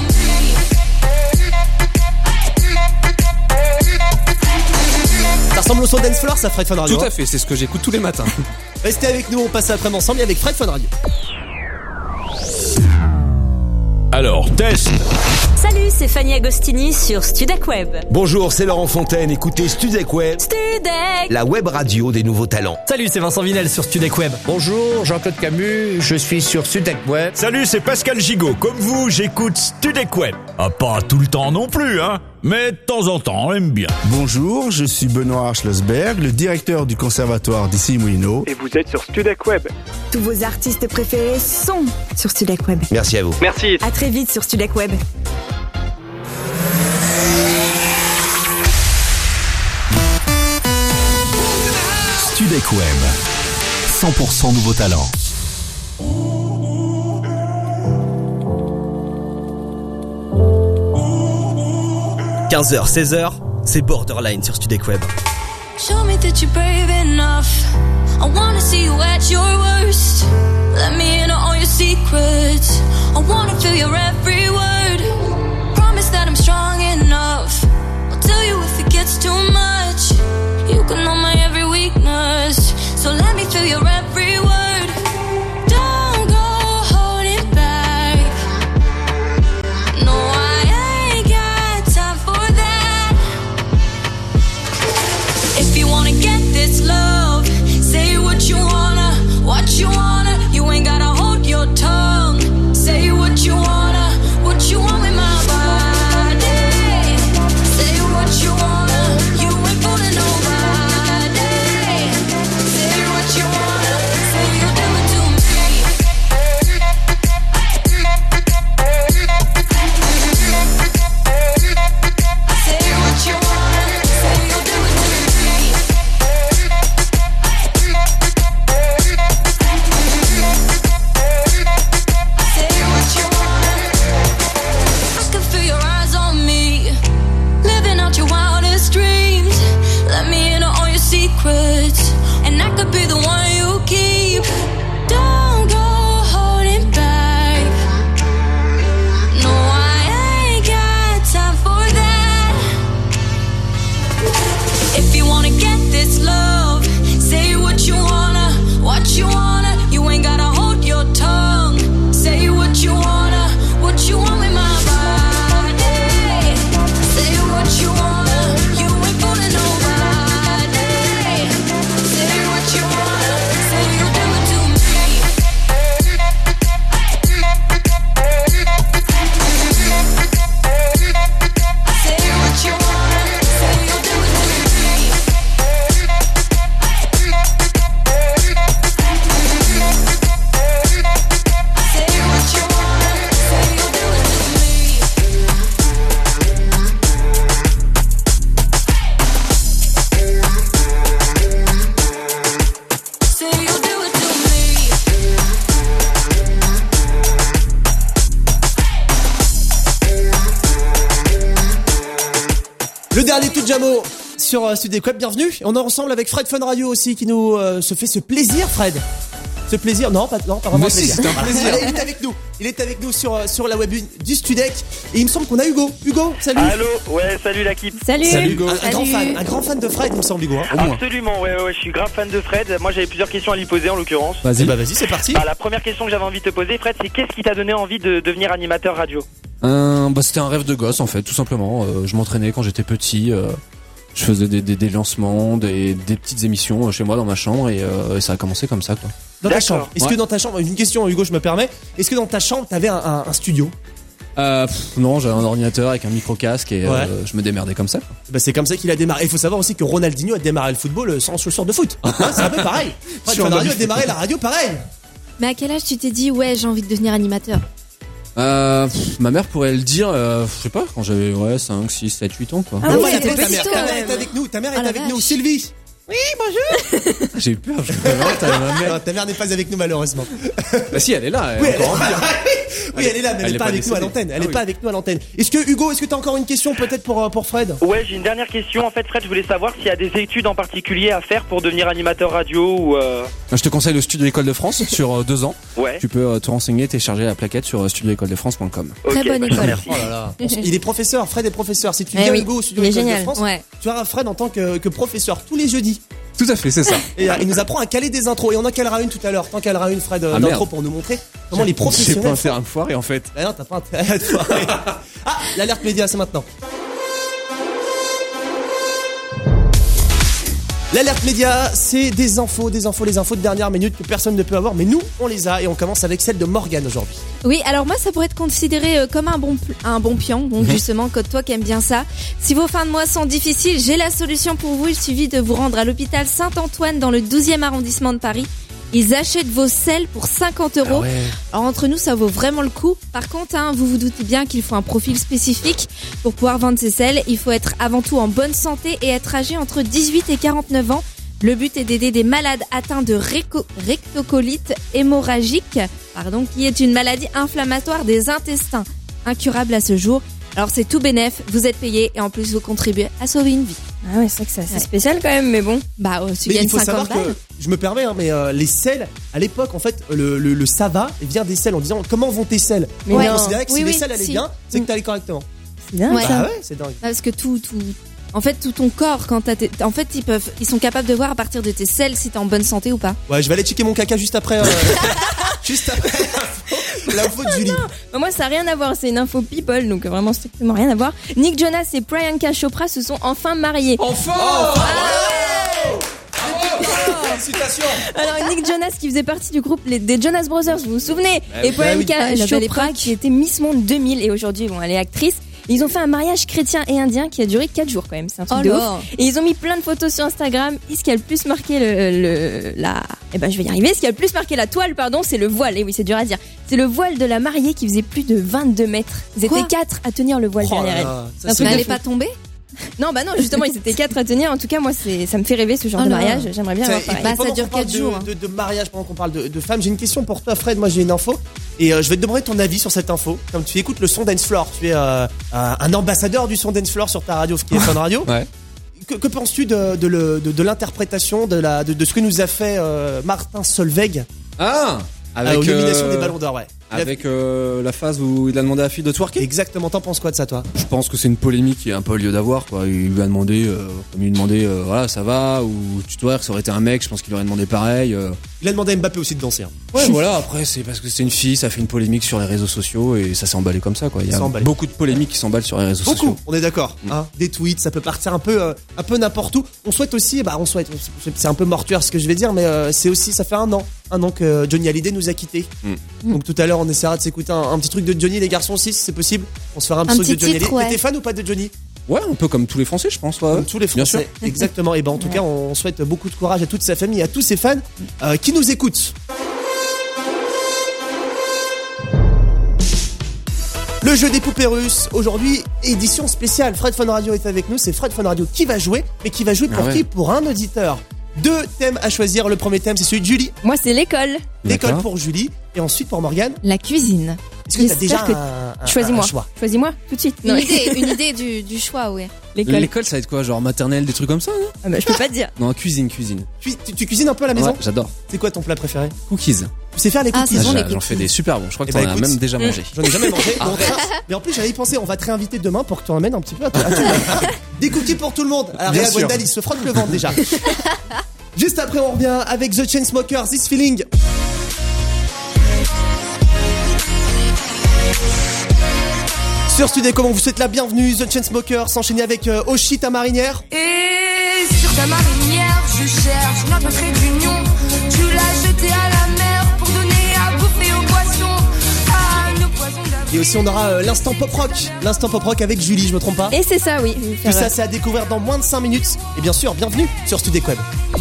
Ça ressemble au son Dance Floor, ça, Fred Fun Radio. Tout à fait, c'est ce que j'écoute tous les matins. Restez avec nous, on passe après ensemble avec Fred Fun Radio. Alors, test. Salut, c'est Fanny Agostini sur Studek Web. Bonjour, c'est Laurent Fontaine, écoutez Studek Web. Studek, la web radio des nouveaux talents. Salut, c'est Vincent Vinel sur Studek Web. Bonjour, Jean-Claude Camus, je suis sur Studek Web. Salut, c'est Pascal Gigot, comme vous, j'écoute Studek Web. Ah, pas tout le temps non plus, hein, mais de temps en temps, on aime bien. Bonjour, je suis Benoît Arschlosberg, le directeur du conservatoire d'Issy-Moulineaux. Et vous êtes sur Studek Web. Tous vos artistes préférés sont sur Studek Web. Merci à vous. Merci. À très vite sur Studek Web. Studek Web, cent pour cent nouveau talent. quinze heures, seize heures, c'est Borderline sur Studek Web. Show me that you're brave enough. I wanna see you at your worst. Let me in on all your secrets. I wanna feel your every word. Promise that I'm strong enough. I'll tell you if it gets too much. You can know my every weakness. So let me feel your every word. Don't go holding back. No, I ain't got time for that. If you wanna get this love, say what you wanna, what you wanna. You ain't gotta hold your tongue. Say what you wanna, what you want with my body. Say what you wanna, you ain't fooling nobody. Say what you wanna, say you'll do it to me. Say what you wanna, say you'll do it to me. Say what you wanna. I can feel your eyes on me, living out your wildest dreams. Let me in on all your secrets, and I could be the one you keep. Don't go holding back. No, I ain't got time for that. If you wanna get this love, say what you wanna, what you wanna. You ain't gotta hold your tongue. Say what you wanna, what you want with my body. Say what you wanna, you ain't fooling nobody. Say what you wanna, say you'll do it to me. Say what you wanna, say you'll do it to me. Say what you wanna, say you'll do it to me. Say you'll do it to me. Le dernier Tujamo sur euh, Studek Web, bienvenue. Et on est ensemble avec Fred Fun Radio aussi qui nous euh, se fait ce plaisir, Fred. Ce plaisir, non, pas, non, pas vraiment Mais si, plaisir. c'est un plaisir. Allez, il est avec nous. Il est avec nous sur, euh, sur la web une du Studek. Et il me semble qu'on a Hugo. Hugo, salut. Allô, ouais, salut l'équipe. Salut. Salut Hugo. Un, un Salut. grand fan, un grand fan de Fred, il me semble, Hugo. Hein. Absolument, ouais, ouais, je suis grave fan de Fred. Moi, j'avais plusieurs questions à lui poser en l'occurrence. Vas-y, bah vas-y, c'est parti. Bah, la première question que j'avais envie de te poser, Fred, c'est qu'est-ce qui t'a donné envie de devenir animateur radio? Euh, bah, c'était un rêve de gosse en fait, tout simplement. Euh, je m'entraînais quand j'étais petit. Euh, je faisais des, des, des lancements, des, des petites émissions chez moi dans ma chambre et, euh, et ça a commencé comme ça quoi. Dans ta chambre. Est-ce Ouais. que dans ta chambre, une question, Hugo, je me permets. Est-ce que dans ta chambre, t'avais un, un, un studio? Euh, pff, non, j'avais un ordinateur avec un micro casque et Ouais. euh, je me démerdais comme ça. Quoi. Bah c'est comme ça qu'il a démarré. Il faut savoir aussi que Ronaldinho a démarré le football sans chaussures de foot. Hein, c'est un peu pareil. Fred Fun Radio a démarré la radio pareil. Mais à quel âge tu t'es dit, ouais, j'ai envie de devenir animateur? Euh, pff, ma mère pourrait le dire, euh, je sais pas, quand j'avais ouais, cinq, six, sept, huit ans quoi. Ah On oui, va c'était l'appeler ta petit mère. tôt, Ta mère ouais. est avec nous. Ta mère est Ah, la avec vache. nous. Sylvie. Oui, bonjour. J'ai eu peur, je me demandais, t'avais ma mère. Non, ta mère n'est pas avec nous malheureusement. Bah si, elle est là, elle Oui, est encore en elle- vie. hein. Oui, elle est là, mais elle, elle est pas, pas avec nous à l'antenne. Elle ah, est oui. pas avec nous à l'antenne. Est-ce que Hugo, est-ce que t'as encore une question peut-être pour pour Fred? Ouais, j'ai une dernière question. En fait, Fred, je voulais savoir s'il y a des études en particulier à faire pour devenir animateur radio ou. Euh... Je te conseille le Studio École de France sur euh, deux ans. Ouais. Tu peux euh, te renseigner, télécharger la plaquette sur euh, studio école de france point com. Très okay, bonne bah, école. Merci. Oh là là. Il est professeur. Fred est professeur. Si tu viens eh oui. Hugo au Studio Il est École génial. de France, Ouais. tu auras Fred en tant que, que professeur tous les jeudis. Tout à fait, c'est ça. Et euh, il nous apprend à caler des intros. Et on en calera une tout à l'heure. T'en caleras une, Fred, ah, d'intro pour nous montrer comment les professionnels. J'ai pas intérêt à me foirer en fait. Bah non, t'as pas intérêt à te foirer. Ah, l'alerte média, c'est maintenant. L'alerte média, c'est des infos, des infos, les infos de dernière minute que personne ne peut avoir, mais nous, on les a et on commence avec celle de Morgane aujourd'hui. Oui, alors moi, ça pourrait être considéré euh, comme un bon, un bon pion, donc justement, comme toi qui aimes bien ça. Si vos fins de mois sont difficiles, j'ai la solution pour vous. Il suffit de vous rendre à l'hôpital Saint-Antoine dans le douzième arrondissement de Paris. Ils achètent vos selles pour cinquante euros. Ah ouais. Alors entre nous, ça vaut vraiment le coup. Par contre, hein, vous vous doutez bien qu'il faut un profil spécifique pour pouvoir vendre ces selles. Il faut être avant tout en bonne santé et être âgé entre dix-huit et quarante-neuf ans. Le but est d'aider des malades atteints de réco- rectocolite hémorragique, pardon, qui est une maladie inflammatoire des intestins, incurable à ce jour. Alors c'est tout bénef, vous êtes payé et en plus vous contribuez à sauver une vie. Ah ouais, c'est vrai que c'est assez ouais. spécial quand même, mais bon. Bah, oh, tu mais gagnes il faut cinquante savoir balles. que, je me permets, hein, mais euh, les selles, à l'époque, en fait, le, le, le ça va vient des selles en disant comment vont tes selles. Mais on ouais. considérait que oui, si oui, les selles allaient si. bien, c'est que t'allais correctement. C'est dingue Ouais. ça. Bah ouais, c'est dingue. Parce que tout, tout, en fait, tout ton corps, quand t'as tes... en fait, ils peuvent, ils sont capables de voir à partir de tes selles si t'es en bonne santé ou pas. Ouais, je vais aller checker mon caca juste après. Euh, juste après l'info de Julie. Non, bah moi ça n'a rien à voir, c'est une info people, donc vraiment strictement rien à voir. Nick Jonas et Priyanka Chopra se sont enfin mariés. Enfin oh, Félicitations. Alors Nick Jonas qui faisait partie du groupe les, des Jonas Brothers, vous vous souvenez, eh et Priyanka oui. ah, Chopra qui était Miss Monde deux mille et aujourd'hui bon, elle est actrice. Ils ont fait un mariage chrétien et indien qui a duré quatre jours quand même, c'est un truc oh de là. ouf. Et ils ont mis plein de photos sur Instagram. Et ce qui a le plus marqué le, le la, eh ben je vais y arriver. Ce qui a le plus marqué la toile, pardon, c'est le voile. Et oui, c'est dur à dire. C'est le voile de la mariée qui faisait plus de vingt-deux mètres. Ils Quoi étaient quatre à tenir le voile Oh derrière là elle. là, ça, Un c'est truc de n'allait fou. pas tomber. Non, bah non, justement, ils étaient quatre à tenir. En tout cas, moi, c'est, ça me fait rêver ce genre Oh de là. mariage. J'aimerais bien Tiens, avoir pareil. et Bah, ça pendant dure qu'on parle quatre de- jours, hein. De, de mariage, pendant qu'on parle de, de femmes, j'ai une question pour toi, Fred. Moi, j'ai une info et euh, je vais te demander ton avis sur cette info. Comme tu écoutes le son Dance Floor, tu es euh, un un ambassadeur du son Dance Floor sur ta radio, ce qui est Fun Radio. Ouais. Que, que penses-tu de, de, le- de, de l'interprétation de, la, de, de ce que nous a fait euh, Martin Solveig Ah à, aux nominations euh, des Ballons d'Or, ouais. Il a- Avec euh, la phase où il a demandé à la fille de twerker. Exactement. T'en penses quoi de ça, toi? Je pense que c'est une polémique qui a un peu lieu d'avoir, quoi. Il lui a demandé, euh, comme il lui demandait, euh, voilà, ça va, ou tu twerk, ça aurait été un mec, je pense qu'il aurait demandé pareil. euh. Il a demandé à Mbappé aussi de danser. hein. Ouais, voilà, après, c'est parce que c'est une fille, ça fait une polémique sur les réseaux sociaux et ça s'est emballé comme ça, quoi. Il y Ça a s'est emballé. beaucoup de polémiques qui s'emballent sur les réseaux Beaucoup, sociaux. on est d'accord. Hein, des tweets, ça peut partir un peu, euh, un peu n'importe où. On souhaite aussi, bah, on souhaite. C'est un peu mortuaire ce que je vais dire, mais euh, c'est aussi, ça fait un an, un an que Johnny Hallyday nous a quittés. Mm. Donc tout à l'heure, on essaiera de s'écouter un, un petit truc de Johnny, les garçons aussi, si c'est possible. On se fera un petit Un truc de petit Johnny titre, Hallyday. ouais. T'es fan ou pas de Johnny? Ouais, un peu comme tous les Français, je pense. Ouais, ouais. Comme tous les Bien sûr. Français, exactement. Et ben en tout cas, on souhaite beaucoup de courage à toute sa famille, à tous ses fans euh, qui nous écoutent. Le jeu des poupées russes, aujourd'hui, édition spéciale. Fred Fun Radio est avec nous, c'est Fred Fun Radio qui va jouer, mais qui va jouer pour Ah ouais. qui? Pour un auditeur. Deux thèmes à choisir. Le premier thème, c'est celui de Julie. Moi, c'est l'école. L'école D'accord. pour Julie. Et ensuite pour Morgane. La cuisine. Est-ce que t'as J'espère déjà que- un, un- Choisis-moi. un choix? Choisis-moi tout de suite. Une Non, idée, une idée du, du choix, ouais. L'école. L'école, ça va être quoi? Genre maternelle, des trucs comme ça, non? Ah bah, je peux pas te dire. Non, cuisine, cuisine. Tu, tu- tu cuisines un peu à la maison? Ouais, j'adore. C'est quoi ton plat préféré? Cookies. Tu sais faire les Ah, cookies? c'est bon, Ah, les j'a- J'en cookies. fais des super bons. Je crois que Eh ben, t'en as écoute, même déjà mangé. J'en ai jamais mangé. Mais, on va- mais en plus, j'avais pensé, on va te réinviter demain pour que tu emmènes un petit peu à tout. à tout- Des cookies pour tout le monde. Alors, Bien regarde, sûr. Gwendal, il se frotte le ventre déjà. Juste après, on revient avec The Chainsmokers, This Feeling. Sur Studio, comment vous souhaite la bienvenue, The Chainsmokers, s'enchaîner avec euh, Oshi, ta marinière. Et sur ta marinière, je cherche notre trait d'union. Tu l'as jeté à la mer pour donner à bouffer aux poissons. À nos poissons d'avril. Et aussi, on aura euh, l'instant pop rock. L'instant pop rock avec Julie, je me trompe pas. Et c'est ça, oui. Je vais Tout faire, ça, euh, c'est à découvrir dans moins de cinq minutes. Et bien sûr, bienvenue sur Studio Web.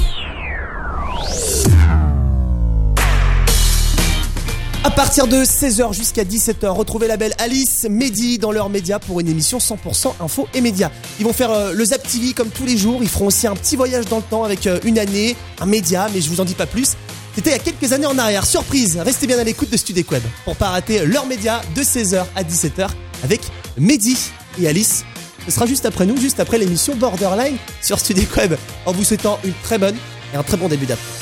À partir de seize heures jusqu'à dix-sept heures, retrouvez la belle Alice, Mehdi dans leurs médias pour une émission cent pour cent info et médias. Ils vont faire euh, le Zap T V comme tous les jours. Ils feront aussi un petit voyage dans le temps avec euh, une année, un média, mais je vous en dis pas plus. C'était il y a quelques années en arrière. Surprise, restez bien à l'écoute de Studek Web pour pas rater leur média de seize heures à dix-sept heures avec Mehdi et Alice. Ce sera juste après nous, juste après l'émission Borderline sur Studek Web, en vous souhaitant une très bonne et un très bon début d'après.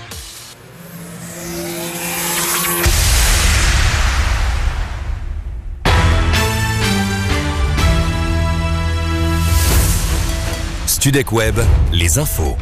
Studek Web, les infos.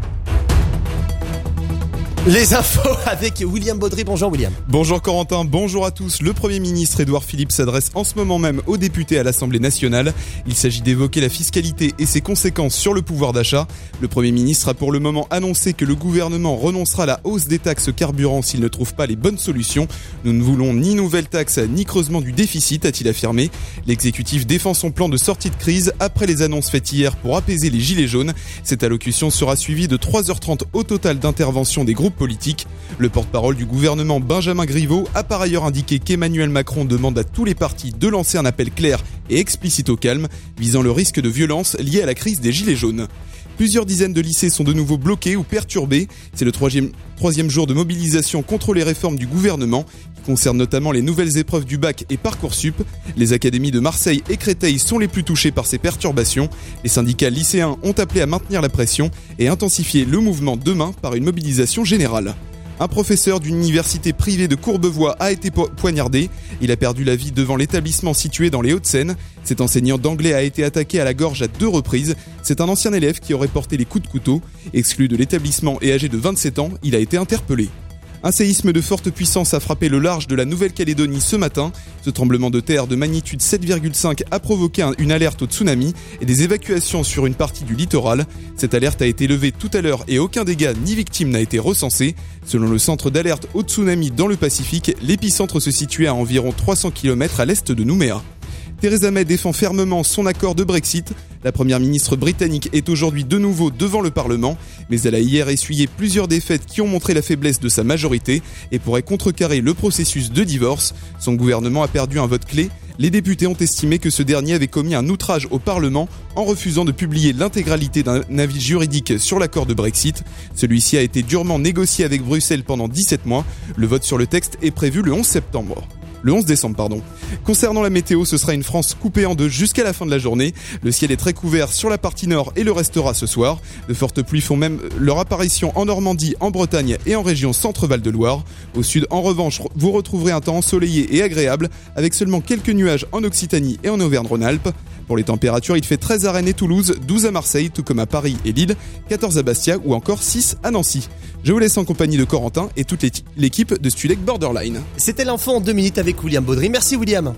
Les infos avec William Baudry. Bonjour William. Bonjour Corentin, bonjour à tous. Le Premier ministre Édouard Philippe s'adresse en ce moment même aux députés à l'Assemblée nationale. Il s'agit d'évoquer la fiscalité et ses conséquences sur le pouvoir d'achat. Le Premier ministre a pour le moment annoncé que le gouvernement renoncera à la hausse des taxes carburant s'il ne trouve pas les bonnes solutions. Nous ne voulons ni nouvelles taxes ni creusement du déficit, a-t-il affirmé. L'exécutif défend son plan de sortie de crise après les annonces faites hier pour apaiser les gilets jaunes. Cette allocution sera suivie de trois heures trente au total d'intervention des groupes politique. Le porte-parole du gouvernement Benjamin Griveaux a par ailleurs indiqué qu'Emmanuel Macron demande à tous les partis de lancer un appel clair et explicite au calme, visant le risque de violence lié à la crise des gilets jaunes. Plusieurs dizaines de lycées sont de nouveau bloqués ou perturbés. C'est le troisième, troisième jour de mobilisation contre les réformes du gouvernement, qui concernent notamment les nouvelles épreuves du bac et Parcoursup. Les académies de Marseille et Créteil sont les plus touchées par ces perturbations. Les syndicats lycéens ont appelé à maintenir la pression et intensifier le mouvement demain par une mobilisation générale. Un professeur d'une université privée de Courbevoie a été po- poignardé. Il a perdu la vie devant l'établissement situé dans les Hauts-de-Seine. Cet enseignant d'anglais a été attaqué à la gorge à deux reprises. C'est un ancien élève qui aurait porté les coups de couteau. Exclu de l'établissement et âgé de vingt-sept ans, il a été interpellé. Un séisme de forte puissance a frappé le large de la Nouvelle-Calédonie ce matin. Ce tremblement de terre de magnitude sept virgule cinq a provoqué une alerte au tsunami et des évacuations sur une partie du littoral. Cette alerte a été levée tout à l'heure et aucun dégât ni victime n'a été recensé. Selon le centre d'alerte au tsunami dans le Pacifique, l'épicentre se situait à environ trois cents kilomètres à l'est de Nouméa. Theresa May défend fermement son accord de Brexit. La première ministre britannique est aujourd'hui de nouveau devant le Parlement, mais elle a hier essuyé plusieurs défaites qui ont montré la faiblesse de sa majorité et pourraient contrecarrer le processus de divorce. Son gouvernement a perdu un vote clé. Les députés ont estimé que ce dernier avait commis un outrage au Parlement en refusant de publier l'intégralité d'un avis juridique sur l'accord de Brexit. Celui-ci a été durement négocié avec Bruxelles pendant dix-sept mois. Le vote sur le texte est prévu le onze septembre. Le onze décembre, pardon. Concernant la météo, ce sera une France coupée en deux jusqu'à la fin de la journée. Le ciel est très couvert sur la partie nord et le restera ce soir. De fortes pluies font même leur apparition en Normandie, en Bretagne et en région Centre-Val de Loire. Au sud, en revanche, vous retrouverez un temps ensoleillé et agréable, avec seulement quelques nuages en Occitanie et en Auvergne-Rhône-Alpes. Pour les températures, il fait treize à Rennes et Toulouse, douze à Marseille, tout comme à Paris et Lille, quatorze à Bastia ou encore six à Nancy. Je vous laisse en compagnie de Corentin et toute l'équipe de Studek Borderline. C'était l'info en deux minutes avec William Baudry. Merci William.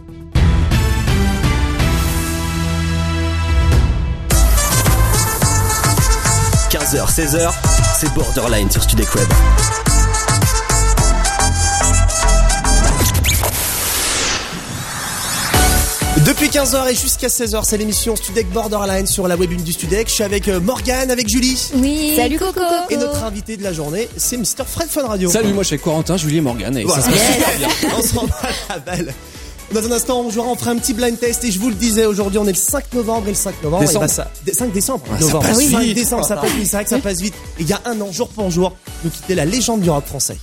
quinze heures, seize heures, c'est Borderline sur Studek Web. Depuis quinze heures et jusqu'à seize heures, c'est l'émission Studek Borderline sur la web une du Studek. Je suis avec Morgane, avec Julie. Oui. Salut Coco. Et notre invité de la journée, c'est Mister Fred Fun Radio. Salut, moi je suis Corentin, Julie et Morgane et voilà. ça se passe super bien. On se rend pas la balle. Dans un instant, on jouera, on fera un petit blind test et je vous le disais, aujourd'hui on est le cinq novembre et le cinq novembre, décembre. Et bah ça, cinq décembre, Ouais, novembre, ça passe cinq vite. décembre, ça passe vite, c'est vrai que ça passe vite. Et il y a un an, jour pour jour, nous quittait la légende du rock français.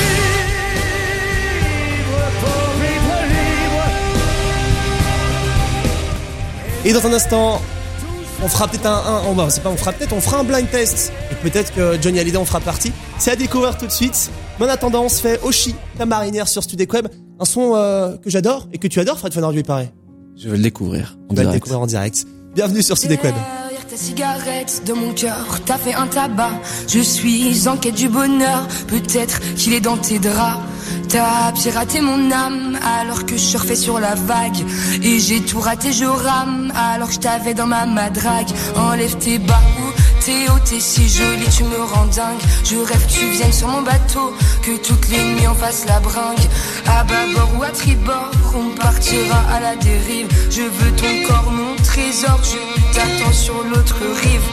Et dans un instant, on fera peut-être un, un on va, c'est pas, on fera peut-être, on fera un blind test. Et peut-être que Johnny Hallyday en fera partie. C'est à découvrir tout de suite. Mais en attendant, on se fait Oshi, ta marinière sur Studek Web. Un son euh, que j'adore et que tu adores, Fred Fun Radio, il paraît. Je vais le découvrir en On va le direct. découvrir en direct. Bienvenue sur Studek Web. Derrière ta cigarette de mon cœur, t'as fait un tabac. Je suis en quête du bonheur, peut-être qu'il est dans tes draps. T'as piraté mon âme alors que je surfais sur la vague. Et j'ai tout raté, je rame alors que je t'avais dans ma madrague. Enlève tes bas ou t'es haut, t'es si jolie, tu me rends dingue. Je rêve que tu viennes sur mon bateau, que toutes les nuits on fasse la bringue. À bâbord ou à tribord, on partira à la dérive. Je veux ton corps, mon trésor, je t'attends sur l'autre rive.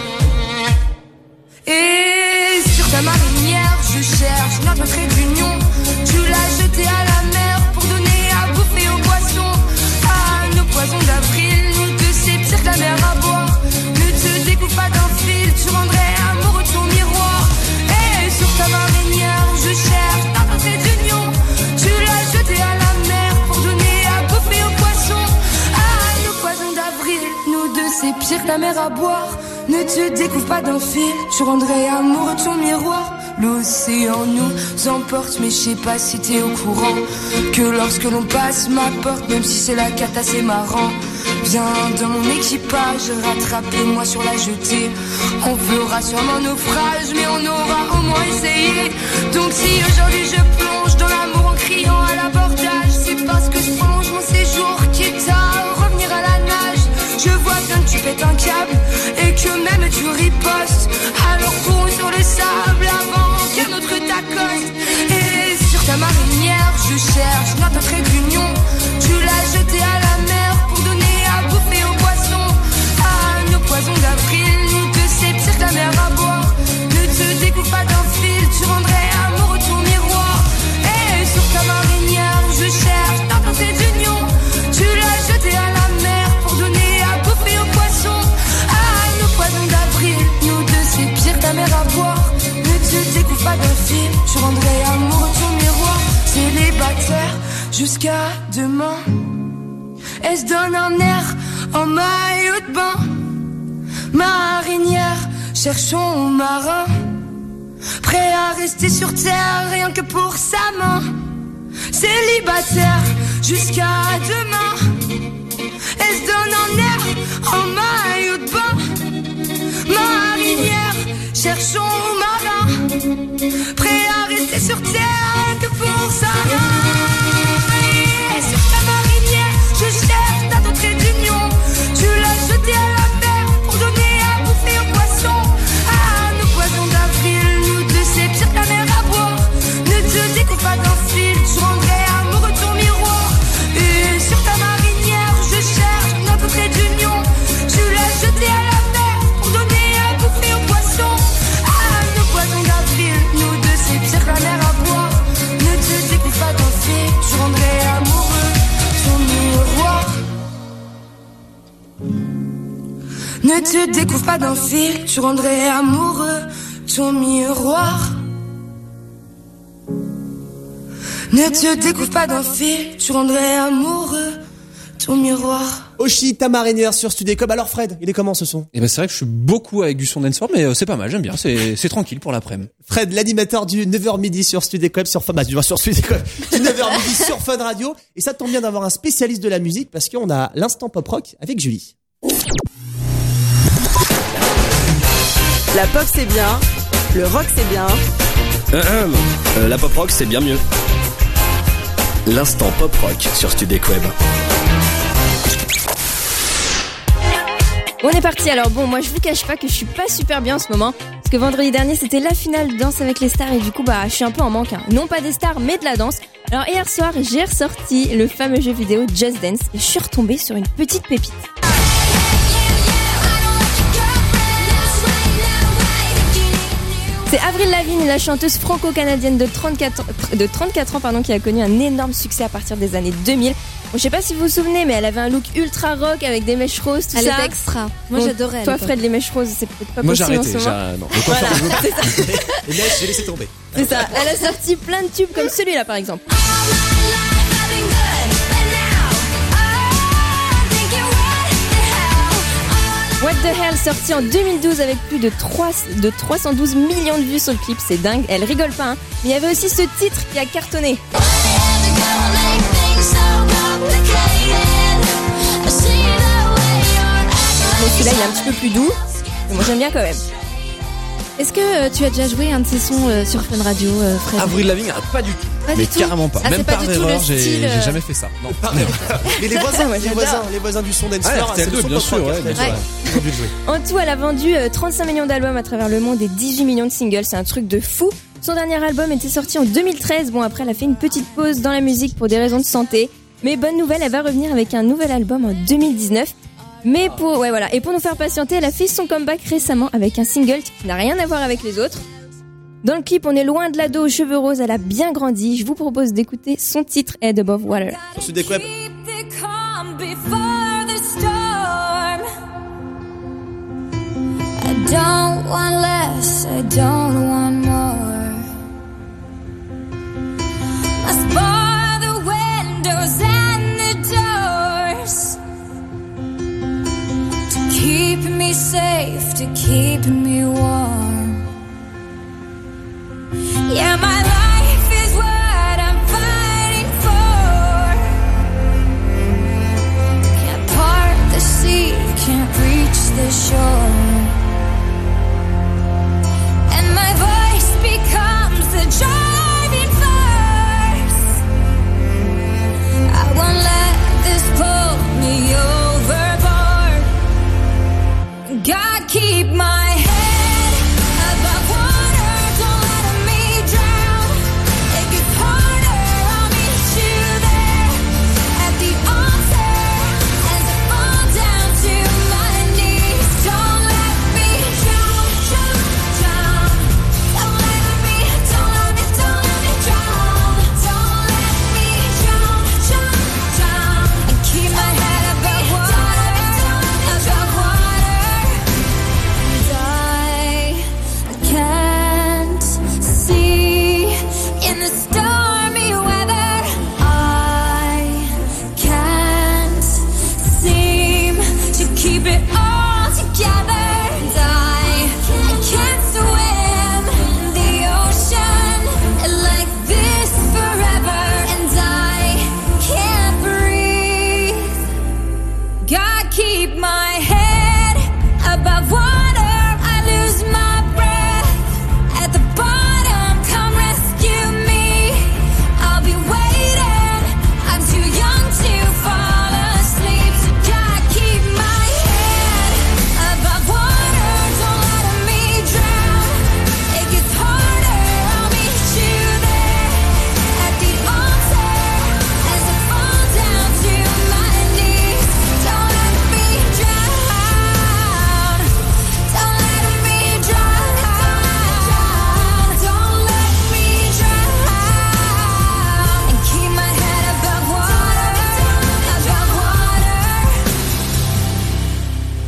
Et sur ta marinière, je cherche notre trait d'union. Tu l'as jeté à la mer pour donner à bouffer aux poissons. À nos poisons d'avril, nous deux c'est pire que la mer à boire. Ne te découpe pas d'un fil, tu rendrais amoureux de ton miroir. Et sur ta marinière, je cherche c'est pire que la mer à boire. Ne te découvre pas d'un fil, tu rendrais amoureux ton miroir. L'océan nous emporte, mais je sais pas si t'es au courant que lorsque l'on passe ma porte, même si c'est la cata, c'est marrant. Viens dans mon équipage, rattrapez-moi sur la jetée. On fera sûrement naufrage, mais on aura au moins essayé. Donc si aujourd'hui je plonge dans l'amour en criant à l'abordage, c'est parce que je prolonge mon séjour, quitte à revenir à la nage. Je vois bien que tu pètes un câble et que même tu ripostes. Alors cours sur le sable avant qu'un autre t'accoste. Et sur ta marinière, je cherche notre trait d'union. Tu l'as jeté à la mer pour donner à bouffer aux poissons. À nos poisons d'avril, nous deux c'est pire que la mer à boire. Ne te découpe pas d'un fil, tu rendrais amoureux ton miroir. Et sur ta marinière, je cherche notre trait d'union. Tu l'as jeté à la mer pour donner à bouffer aux poissons. À nos poisons d'avril, nous deux c'est pire que la mer à boire. Ne te découvre pas d'un fil, tu rendrais amoureux ton miroir. Célibataire jusqu'à demain, elle se donne un air en maillot de bain. Marinière, cherchons marin, prêt à rester sur terre rien que pour sa main. Célibataire jusqu'à demain, elle se donne un air en maillot de bain. Marinière, cherchons marin, prêt à rester sur terre que pour sa main. Et sur ta marinière, je cherche ta trait d'union. Tu l'as jeté à la mer pour donner à bouffer aux poissons. À nos poisons d'avril, nous deux c'est pire que la mer à boire. Ne te découpe pas d'un fil, tu rendrais amoureux ton miroir. Et sur ta marinière, je cherche notre trait d'union. Tu l'as jeté à la mer pour donner à bouffer aux poissons. À nos poisons d'avril, nous deux c'est pire que la mer à boire. Ne te découpe pas d'un fil, tu rendrais amoureux ton miroir. Ne te découvre pas d'un fil, tu rendrais amoureux ton miroir. Ne te découvre pas d'un fil, tu rendrais amoureux ton miroir. Oshi, ta marinière sur Studio Club. Alors Fred, il est comment ce son? Et ben c'est vrai que je suis beaucoup avec du son dancefloor, mais euh, c'est pas mal, j'aime bien, c'est c'est tranquille pour l'après-midi. Fred, l'animateur du neuf heures midi sur Studio Club, sur Fun, bah, tu vois, sur Studio Club, du neuf heures midi sur Fun Radio. Et ça tombe bien d'avoir un spécialiste de la musique parce qu'on a l'instant pop rock avec Julie. La pop c'est bien, le rock c'est bien. Euh, euh, euh, la pop rock c'est bien mieux. L'instant pop rock sur Studio Web. On est parti. Alors bon, moi je vous cache pas que je suis pas super bien en ce moment parce que vendredi dernier c'était la finale de Danse avec les stars et du coup bah je suis un peu en manque, hein. Non pas des stars mais de la danse. Alors hier soir j'ai ressorti le fameux jeu vidéo Just Dance et je suis retombée sur une petite pépite. C'est Avril Lavigne, la chanteuse franco-canadienne de trente-quatre, de trente-quatre ans pardon, qui a connu un énorme succès à partir des années deux mille. Bon, je sais pas si vous vous souvenez, mais elle avait un look ultra rock avec des mèches roses, tout elle ça. Elle était extra. Moi, bon, j'adorais. Toi, Fred, les mèches roses, c'est peut-être pas Moi, possible j'ai en ce arrêté. moment. J'ai... Non, le coiffeur, voilà, je... c'est ça. Les mèches, j'ai laissé tomber. C'est ça. Elle a sorti plein de tubes comme celui-là, par exemple. What the Hell, sorti en deux mille douze avec plus de, trois, de trois cent douze millions de vues sur le clip, c'est dingue, elle rigole pas, hein. Mais il y avait aussi ce titre qui a cartonné. Mais celui-là il est un petit peu plus doux, mais moi j'aime bien quand même. Est-ce que euh, tu as déjà joué un de ces sons euh, sur Fun Radio, euh, Fred? Avril Lavigne, ah, pas du tout. Pas mais du tout. carrément pas. Ah, Même pas par du tout erreur, le j'ai, style, j'ai euh... jamais fait ça. Non. Mais les voisins, Moi, les j'adore. voisins, les voisins du son dance Ah, floor, R T L deux, bien sûr, ouais, bien sûr. Ils ont dû le jouer. En tout, elle a vendu euh, trente-cinq millions d'albums à travers le monde et dix-huit millions de singles, c'est un truc de fou. Son dernier album était sorti en deux mille treize, bon après elle a fait une petite pause dans la musique pour des raisons de santé. Mais bonne nouvelle, elle va revenir avec un nouvel album en deux mille dix-neuf. Mais pour, ouais voilà, et pour nous faire patienter, elle a fait son comeback récemment avec un single qui n'a rien à voir avec les autres. Dans le clip, on est loin de l'ado aux cheveux roses, elle a bien grandi. Je vous propose d'écouter son titre Head Above Water. Sur Studio Web. I don't want less, I don't want more. Must bar the windows and the doors to keep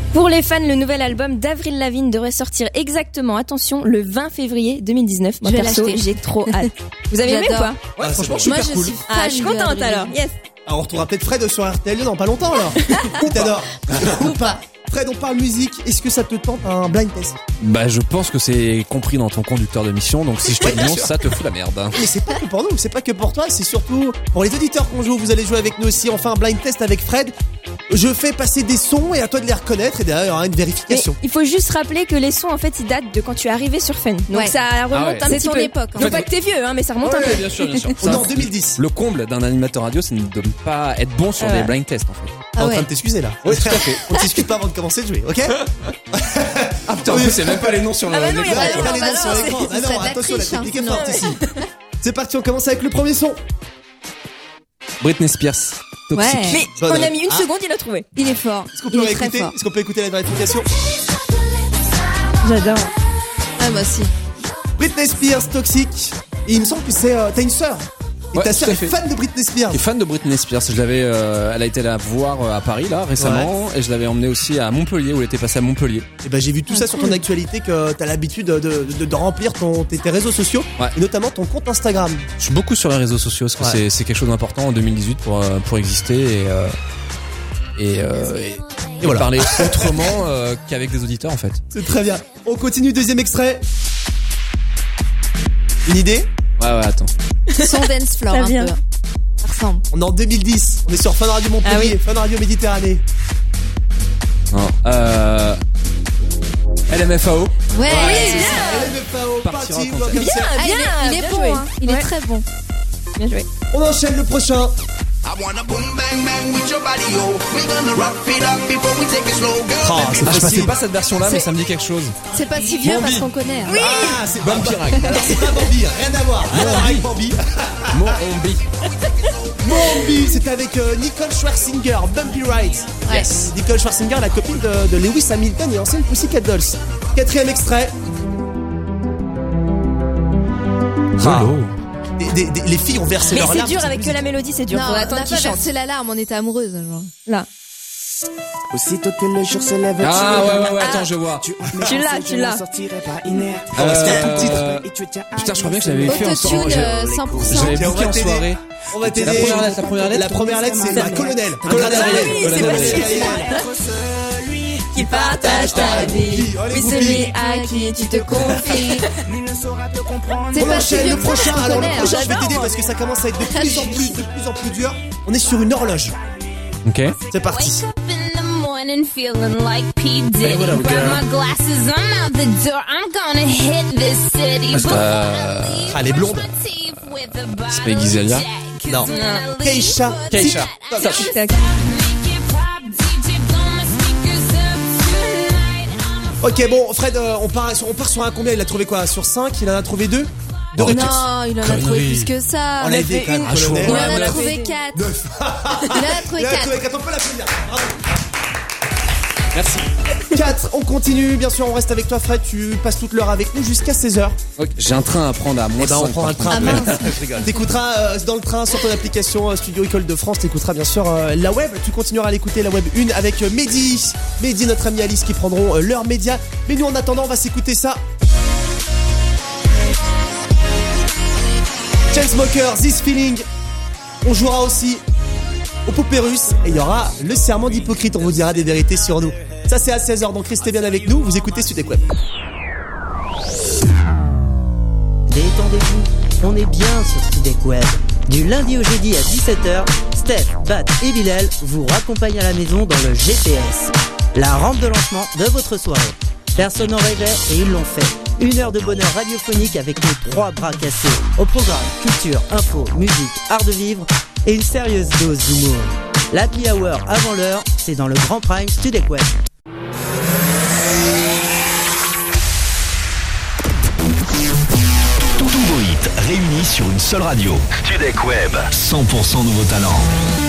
Pour les fans, le nouvel album d'Avril Lavigne devrait sortir exactement, attention, le vingt février deux mille dix-neuf. Moi, Je vais perso, l'acheter. j'ai trop hâte. Vous avez aimé ou J'adore. pas? Ouais, Ah, franchement, c'est super Moi, je cool. suis Ah, fan je suis de contente Avril alors. Lavigne. Yes. Alors, on retrouvera peut-être Fred sur R T L dans pas longtemps alors. Qui t'adore. Ou pas. Fred, on parle musique. Est-ce que ça te tente un blind test? Bah, je pense que c'est compris dans ton conducteur de mission, donc si je te Ouais, bien dis non, sûr. ça te fout la merde. Mais c'est pas que pour nous, c'est pas que pour toi, c'est surtout pour les auditeurs qu'on joue. Vous allez jouer avec nous aussi. On fait un blind test avec Fred. Je fais passer des sons et à toi de les reconnaître. Et derrière, il y aura une Mais vérification. il faut juste rappeler que les sons, en fait, ils datent de quand tu es arrivé sur Fun. Donc Ouais. ça remonte Ah ouais. un C'est petit ton peu. époque, en Non fait. pas que t'es vieux, hein, mais ça remonte un Ouais, peu. bien sûr, bien sûr. On est en deux mille dix. Le comble d'un animateur radio, c'est de ne pas être bon sur Ah des ouais. blind tests, en fait. T'es Ah en ouais. train de t'excuser là. Ouais, tout à fait. On t'excuse pas avant de commencer de jouer, ok? Ah putain, en plus, c'est même pas les noms sur le. Ah bah non, il y a Ouais, pas il y a non, pas les bah noms non, sur c'est- l'écran. ce Ah non, serait de la attention, la triche, hein, technique est sinon. forte ici. C'est parti, on commence avec le premier son. Britney Spears. Toxique. Ouais. Mais Bonne on a ré- mis une Ah. seconde, il a trouvé. Il est fort. Est-ce qu'on peut Il est très réécouter? fort. Est-ce qu'on peut écouter la vérification? J'adore. Ah, moi aussi. Britney Spears, Toxique. Et il me semble que c'est. euh, T'as une sœur. Et Ouais, ta tout sœur à est fait. fan de Britney Spears. Je suis fan de Britney Spears. Je l'avais, euh, elle a été la voir euh, à Paris là récemment, et je l'avais emmenée aussi à Montpellier où elle était passée à Montpellier. Et ben j'ai vu tout ça sur ton actualité que t'as l'habitude de, de, de- de remplir ton, tes, tes réseaux sociaux. Ouais. Et notamment ton compte Instagram. Je suis beaucoup sur les réseaux sociaux parce que Ouais. c'est, c'est quelque chose d'important en deux mille dix-huit pour euh, pour exister et euh, et, euh, et, et voilà. parler autrement euh, qu'avec des auditeurs en fait. C'est très bien. On continue, deuxième extrait. Une idée? Ouais ouais attends. Son dance floor, Ça un vient. peu. Ça ressemble. On est en deux mille dix. On est sur Fun Radio Montpellier, Ah oui. Fun Radio Méditerranée. Non. Euh, L M F A O. Ouais, Ouais, c'est c'est ça. ça. L M F A O, Partira parti, en concert. comme Bien, ça. Ah, il bien, est, il est bien bon, joué. hein. Il Ouais. est très bon. Bien joué. On enchaîne le prochain. Oh, c'est Ah, je facile. passais pas cette version là mais C'est- ça me dit quelque chose. C'est pas si vieux Bambi. parce qu'on connaît. hein. Ah, c'est Bambi. Alors c'est pas Bambi, rien à voir. Rien à voir avec Bambi. Mon Ombi. Bambi, c'était avec euh, Nicole Scherzinger, Bumpy Ride. Ouais. Yes. Nicole Scherzinger, la copine de, de Lewis Hamilton et ancienne Pussycat Dolls. Quatrième extrait. Ah. Des- des- des- les filles ont versé Mais leurs c'est larmes. dur sur avec cette que la mélodie, c'est dur. Non, Faut on attendre n'a qu'il pas chante. versé la larme, on était amoureuse. Genre. Là. Aussitôt que le jour se lève, Ah ouais ouais ouais attends je vois. Tu l'as, tu l'as. On va se faire tout le titre. Euh, Putain je crois bien que je l'avais fait en Autotune soirée. euh, cent pour cent. J'avais Ok, on booké va en t'aider. soirée. On va t'aider. La première lettre, la première lettre. La première lettre, c'est la colonel. Colonel Ariel. Ariel. Oui, c'est Colonel facile. Ariel. Qui partage ta vie. Allez, Oui, Goupil. celui à qui tu te confies. C'est On pas si enchaîne vieux le que ça, prochain. on Alors le connaît, hein. prochain, je vais t'aider J'adore. parce que ça commence à être de plus en plus, de plus en plus dur. On est sur une horloge. Ok. C'est parti. Morning feeling like P. Diddy. Hey, what up, Grab girl? my glasses, I'm out the door. I'm gonna hit this city. Euh, Ah, les blondes. c'est pas Iggy Azalea. Non. Keisha. Keisha. Tic tac. Ok, bon, Fred, euh, on, part sur, on part sur un combien? Il a trouvé quoi? Sur cinq? Il en a trouvé deux? Deux réponses. Non, il en a trouvé Connerie. plus que ça. On l'a aidé quand même, Ah, chaud. colonel. Il Ouais, en a ouais. trouvé quatre. Neuf. Il en a trouvé Il a quatre. trouvé quatre, on peut l'applaudir. Bravo. Merci. quatre, on continue, bien sûr, on reste avec toi, Fred. Tu passes toute l'heure avec nous jusqu'à seize heures. Ok, j'ai un train à prendre à moins Eh ben, on cinq, prend un par train. contre. Ah, mince. Je rigole. T'écouteras euh, dans le train sur ton application euh, Studio École de France. T'écouteras bien sûr euh, la web. Tu continueras à l'écouter la web une avec euh, Mehdi, Mehdi, notre ami Alice qui prendront euh, leur média. Mais nous, en attendant, on va s'écouter ça. Chainsmokers, This Feeling. On jouera aussi au Poupées Russes et il y aura le serment d'hypocrite. On vous dira des vérités sur nous. Ça, c'est à seize heures, donc restez bien avec nous. Vous écoutez Studek Web. Détendez-vous, on est bien sur Studek Web. Du lundi au jeudi à dix-sept heures, Steph, Bat et Bilal vous raccompagnent à la maison dans le G P S. La rampe de lancement de votre soirée. Personne n'en rêvait et ils l'ont fait. Une heure de bonheur radiophonique avec nos trois bras cassés. Au programme, culture, info, musique, art de vivre et une sérieuse dose d'humour. L'Happy Hour avant l'heure, c'est dans le Grand Prime Studek Web. Tous vos hits réunis sur une seule radio. Studek Web, cent pour cent nouveaux talents.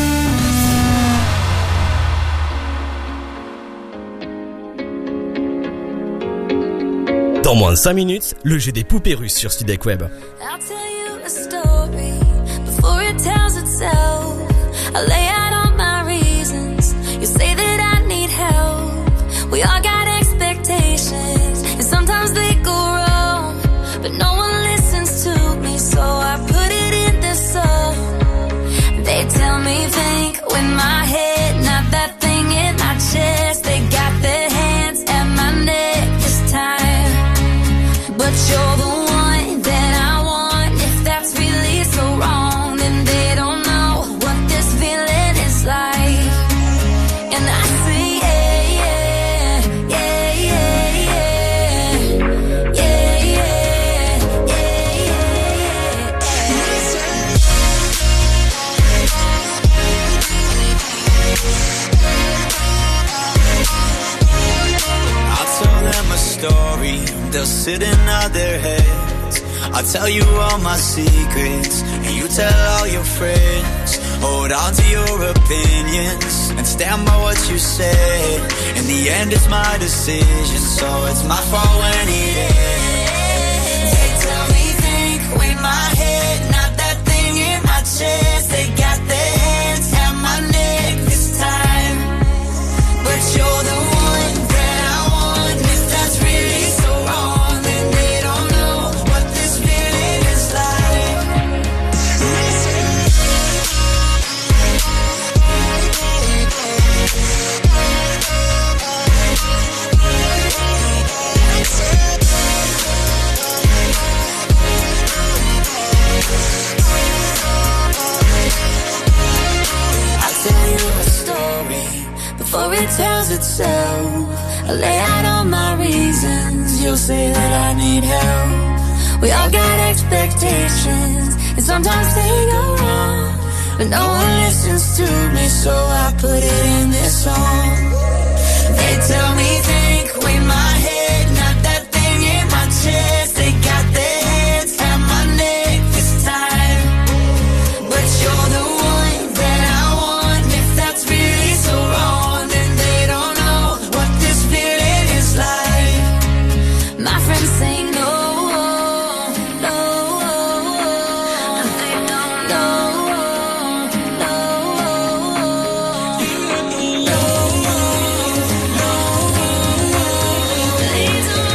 Dans moins de cinq minutes, le jeu des poupées russes sur Studek Web. I'll tell you a story before it tells itself. I lay out all my reasons. You say that I need help. We me think with my head, not that thing in my chest. They got their hands at my neck this time, but you're the one that I want. If that's really so wrong, then they don't know what this feeling is like. And I say yeah, yeah, yeah, yeah, yeah, yeah, yeah, I'll tell them a story, they'll sit and nod their heads. I'll tell you all my secrets, and you tell all your friends. Hold on to your opinions, and stand by what you said. In the end it's my decision, so it's my fault when it ends. They tell me think with my head, not that thing in my chest. They got their hands at my neck this time, but you're the one that I want. If that's really so wrong, then they don't know what this feeling is like. I'll tell you a story before it tells itself. I lay out all my reasons, you'll say that I need help. We all got expectations, and sometimes they go wrong, but no one listens to me, so I put it in this song. They tell me think with my head, not that thing in my chest. They got their hands at my neck this time, but you're the one that I want. If that's really so wrong, then they don't know what this feeling is like. My friends say no, no, and they don't know, no, please don't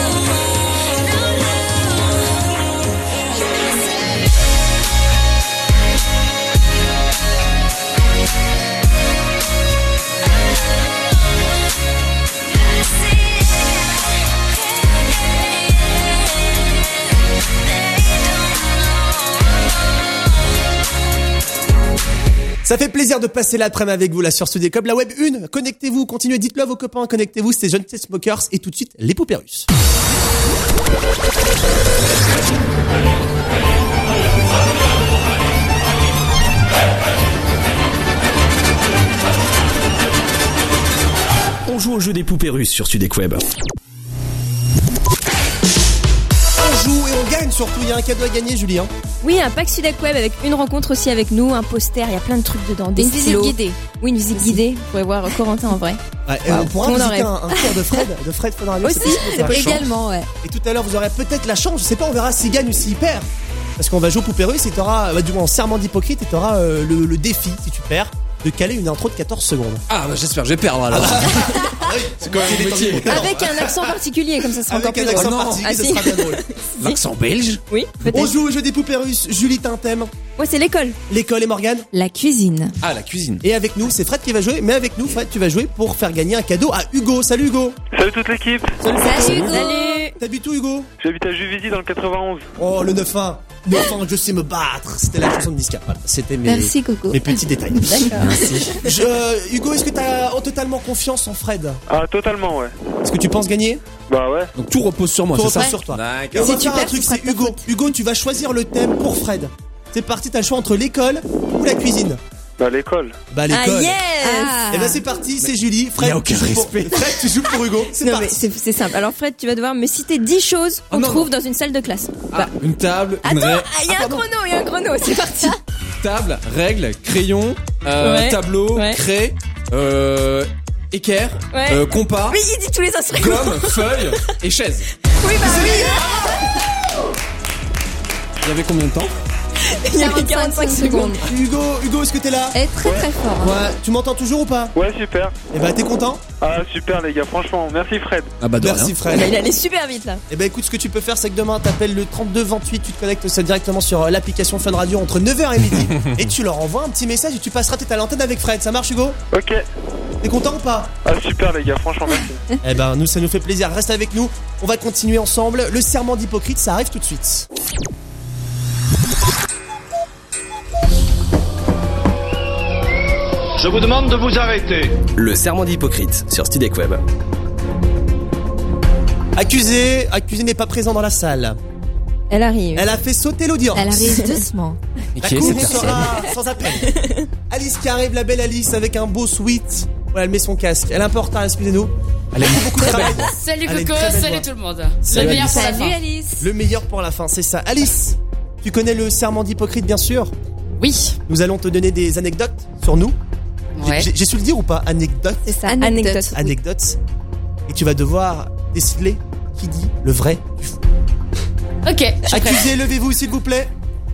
Ça fait plaisir de passer l'après-midi avec vous là sur Studio Club, la web une. Connectez-vous, continuez, dites-le à vos copains, connectez-vous, c'était Jeunes Smokers et tout de suite les poupées russes. On joue au jeu des poupées russes sur Studek-Web. On joue et on gagne surtout, il y a un cadeau à gagner Julien. Oui, un pack Studek Web avec une rencontre aussi avec nous, un poster, il y a plein de trucs dedans. Des Une visite stylos. guidée. Oui, une visite guidée. Vous pourrez voir Corentin en vrai. Ouais, et Wow. on pourra Tout le monde en visiter rêve. un, un cours de Fred, de Fred Fodrario. Aussi, c'est c'est possible. Également, ouais. Et tout à l'heure, vous aurez peut-être la chance, je sais pas, on verra s'il gagne ou s'il perd. Parce qu'on va jouer aux poupées russes et t'auras, bah, du moins en serment d'hypocrite, et t'auras euh, le, le défi, si tu perds, de caler une intro de quatorze secondes. Ah bah j'espère, je vais perdre alors. C'est quand même mon métier. Avec un accent particulier, comme ça sera encore Avec plus un accent drôle. particulier, Ah, ça si. sera bien drôle. L'accent belge. Oui, On peut-être. joue au jeu des poupées russes. Julie, t'as un thème. Ouais, c'est l'école. L'école et Morgane. La cuisine. Ah, la cuisine. Et avec nous, c'est Fred qui va jouer. Mais avec nous, Fred, tu vas jouer pour faire gagner un cadeau à Hugo. Salut Hugo. Salut toute l'équipe. Salut, Salut, Hugo. Salut. T'habites où Hugo? J'habite à Juvisy dans le quatre-vingt-onze. Oh, le neuf un. neuf un, je sais me battre. C'était la chanson de Niska. Voilà, c'était mes, Merci, Coco. mes petits détails. D'accord. Merci. Je, euh, Hugo, est-ce que t'as oh, totalement confiance en Fred? Ah, totalement, ouais. Est-ce que tu penses gagner? Bah ouais. Donc tout repose sur moi, Tout c'est ça repose sur toi. Et on D'accord. va Si faire tu un perds, truc, ce sera c'est ta Hugo. faute. Hugo, tu vas choisir le thème pour Fred. C'est parti, t'as le choix entre l'école ou la cuisine. Bah l'école. Bah Ah l'école. yes. Ah. Et bah c'est parti, c'est Julie. Fred, y a aucun tu joues pour- respect. Fred, tu joues pour Hugo. C'est Non mais parti. c'est c'est simple. Alors Fred, tu vas devoir me citer dix choses qu'on Oh, non, trouve dans une salle de classe. Ah, une table, une Attends, règle, ah, il y a un chrono, il y a un chrono, c'est parti. table, règle, crayon, euh, Ouais. tableau, Ouais. craie, euh, équerre, Ouais. euh, compas, Oui, il dit tous les instruments. gomme, feuille et chaise. Oui, bah oui. Il y avait combien de temps? Il y avait quarante-cinq secondes. Hugo, Hugo, est-ce que t'es là? Elle est très très fort. hein. Ouais, tu m'entends toujours ou pas? Ouais, super. Eh ben, t'es content? Ah, super, les gars, franchement, merci Fred. Ah bah de Merci rien. Fred. Il allait super vite là. Eh ben écoute, ce que tu peux faire, c'est que demain t'appelles le trente-deux vingt-huit, tu te connectes ça directement sur euh, l'application Fun Radio entre neuf heures et midi et tu leur envoies un petit message et tu passeras peut-être à l'antenne avec Fred. Ça marche, Hugo? Ok. T'es content ou pas? Ah, super, les gars, franchement, merci. Eh ben nous, ça nous fait plaisir. Reste avec nous. On va continuer ensemble. Le serment d'Hippocrate, ça arrive tout de suite. Je vous demande de vous arrêter. Le serment d'Hippocrate sur Studek Web. Accusé, accusé n'est pas présent dans la salle. Elle arrive. Elle a fait sauter l'audience. Elle arrive doucement. La Qui est cour cette personne? sera sans appel. Alice qui arrive, la belle Alice avec un beau sweat. Voilà, elle met son casque. Elle est un peu en retard, excusez-nous. Elle a beaucoup de travail. Salut Elle est Coco, très belle salut voix. tout le monde. Salut, Le meilleur Alice. pour la Salut fin. Alice. Le meilleur pour la fin, c'est ça. Alice, tu connais le serment d'Hippocrate, bien sûr. Oui. Nous allons te donner des anecdotes sur nous. Ouais. J'ai j'ai su le dire ou pas? Anecdote. C'est ça. Anecdote. Anecdote. Anecdote. Et tu vas devoir déceler qui dit le vrai du faux. Ok, je suis prête. Accusé, levez-vous s'il vous plaît.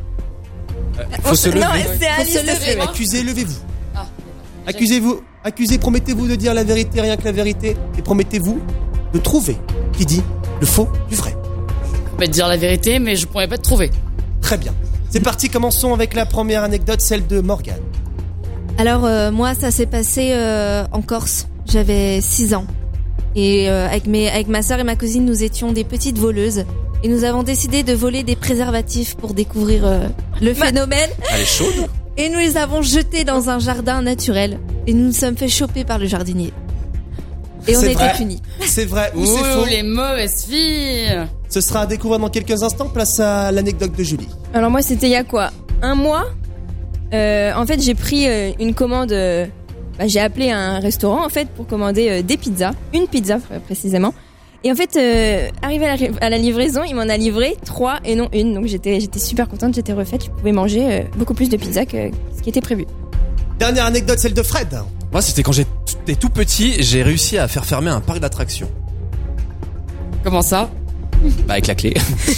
Faut se lever. Non, c'est Faut Alice. se lever. Accusé, levez-vous. Ah. Accusez-vous. Accusé, promettez-vous de dire la vérité, rien que la vérité. Et promettez-vous de trouver qui dit le faux du vrai. Je vais te dire la vérité, mais je pourrais pas te trouver. Très bien. C'est parti, commençons avec la première anecdote, celle de Morgane. Alors euh, moi, ça s'est passé euh, en Corse. J'avais six ans. Et euh, avec, mes, avec ma sœur et ma cousine, nous étions des petites voleuses. Et nous avons décidé de voler des préservatifs pour découvrir euh, le phénomène. Elle est chaude. Et nous les avons jetés dans un jardin naturel. Et nous nous sommes fait choper par le jardinier. Et on a C'est été vrai. punis. C'est vrai ou c'est Ouh, faux? les mauvaises filles. Ce sera à découvrir dans quelques instants. Place à l'anecdote de Julie. Alors moi, c'était il y a quoi? Un mois. Euh, en fait, j'ai pris euh, une commande. euh, bah, j'ai appelé un restaurant en fait pour commander euh, des pizzas, une pizza euh, précisément. Et en fait, euh, arrivé à la, à la livraison, il m'en a livré trois et non une. Donc j'étais, j'étais super contente, j'étais refaite. Je pouvais manger euh, beaucoup plus de pizza que ce qui était prévu. Dernière anecdote, celle de Fred. Moi, c'était quand j'étais tout petit, j'ai réussi à faire fermer un parc d'attractions. Comment ça? Bah, avec la clé.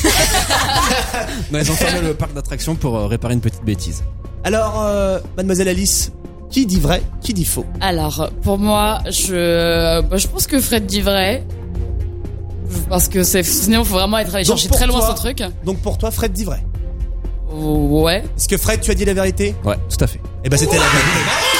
Non, ils ont fermé le parc d'attractions pour euh, réparer une petite bêtise. Alors, euh, mademoiselle Alice, qui dit vrai, qui dit faux? Alors, pour moi, je, bah, je pense que Fred dit vrai. Parce que c'est, sinon, faut vraiment être allé Donc, chercher pour très loin toi- ce truc. Donc pour toi, Fred dit vrai. Ouais. Est-ce que Fred, tu as dit la vérité? Ouais, tout à fait. Eh ben c'était la vérité.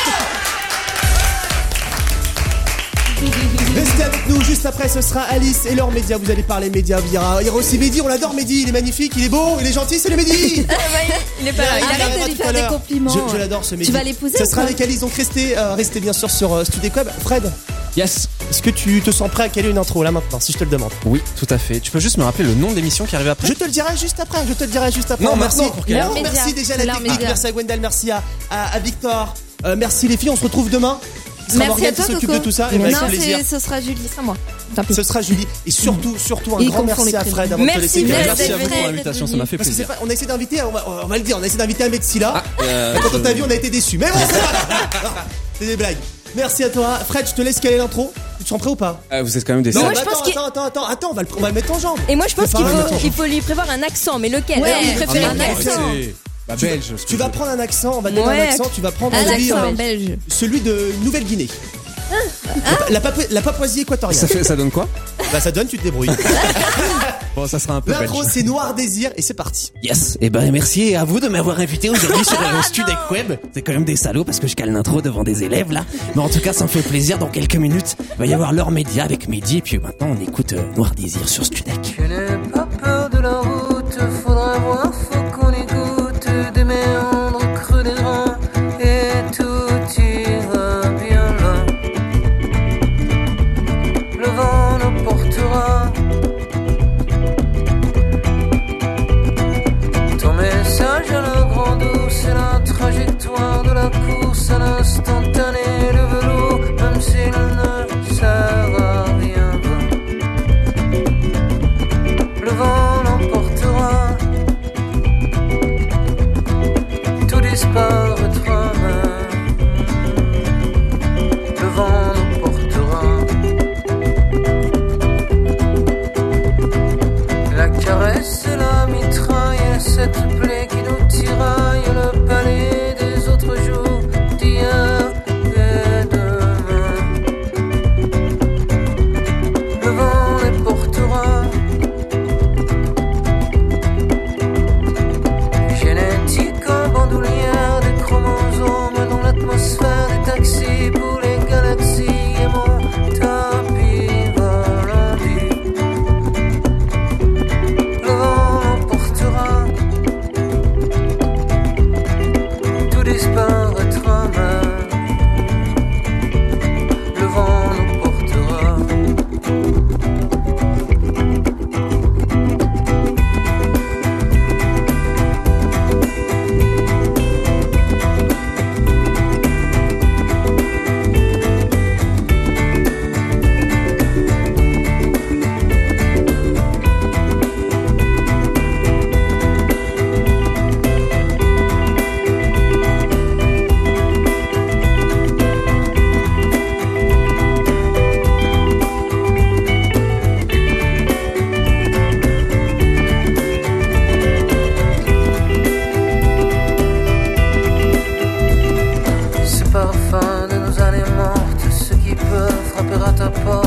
Restez avec nous, juste après ce sera Alice et leurs médias. Vous allez parler médias, il y aura, il y aura aussi Mehdi, on l'adore Mehdi, il est magnifique, il est beau, il est gentil, c'est le Mehdi. Il est pas là. Il Arrête arrivera de lui tout à faire des l'heure. compliments. Je, je l'adore ce Mehdi. Tu vas l'épouser Ça ou sera pas avec Alice, donc restez, euh, restez bien sûr sur euh, Studek Web. Fred, Yes. est-ce que tu te sens prêt à caler une intro là maintenant, si je te le demande? Oui, tout à fait. Tu peux juste me rappeler le nom de l'émission qui arrive après? Je te le dirai juste après, je te le dirai juste après. Non, merci. maintenant, pour qu'elle Non, arrive. merci Média. déjà à la Leur technique, média. merci à Gwendal, merci à, à, à Victor, euh, merci les filles, on se retrouve demain. Ce sera Merci Morgane à toi, qui s'occupe Coco. de tout ça, et ben, non, avec plaisir. c'est- ce sera Julie. Ce sera moi. Tant pis. Ce sera Julie. Et surtout, surtout un Ils grand confondent merci les à prénoms. Fred avant de te Merci, laisser. merci, Merci à vous Fred, pour l'invitation, ça m'a fait Parce que c'est plaisir. pas, on a essayé d'inviter, on va, on va le dire, on a essayé d'inviter un mec si là. Euh, Quand on je- t'a vu, on a été déçus. Mais bon, c'est pas grave. C'est des blagues. Merci à toi. Fred, je te laisse caler l'intro. Tu te sens prêt ou pas? Ah, vous êtes quand même des Non, moi, mais je attends, pense qu'il- attends, attends, attends, attends, on va le, on va le mettre en jambe. Et moi, je pense Faut qu'il pas le mettre en faut, jambe. il faut lui prévoir un accent, mais lequel? Ouais, Alors, vous un préférez accent. lequel? C'est- Bah, Tu- belge. Tu vas prendre un accent, on va donner Ouais. un accent, tu vas prendre Un celui, accent euh, belge. celui de Nouvelle-Guinée. La, la, Papou- la Papouasie équatoriale. Ça, fait, ça donne quoi? Bah ça donne, tu te débrouilles. Bon, ça sera un peu belge. L'intro c'est Noir Désir et c'est parti. Yes. Et ben merci à vous de m'avoir invité aujourd'hui sur le Studek Web. C'est quand même des salauds parce que je cale l'intro devant des élèves là. Mais en tout cas, ça me fait plaisir. Dans quelques minutes, il va y avoir leur média avec Mehdi. Et puis maintenant, on écoute euh, Noir Désir sur Studek. Je n'ai pas peur de la route, faudra voir, faut qu'on écoute des méandres creux des reins et tout ira bien loin. Le vent nous portera. Ton message à la grande eau, c'est la trajectoire de la course à l'instantané. Le vélo, même s'il ne sert à rien. parfum de nos années mortes, ce qui peut frapper à ta porte.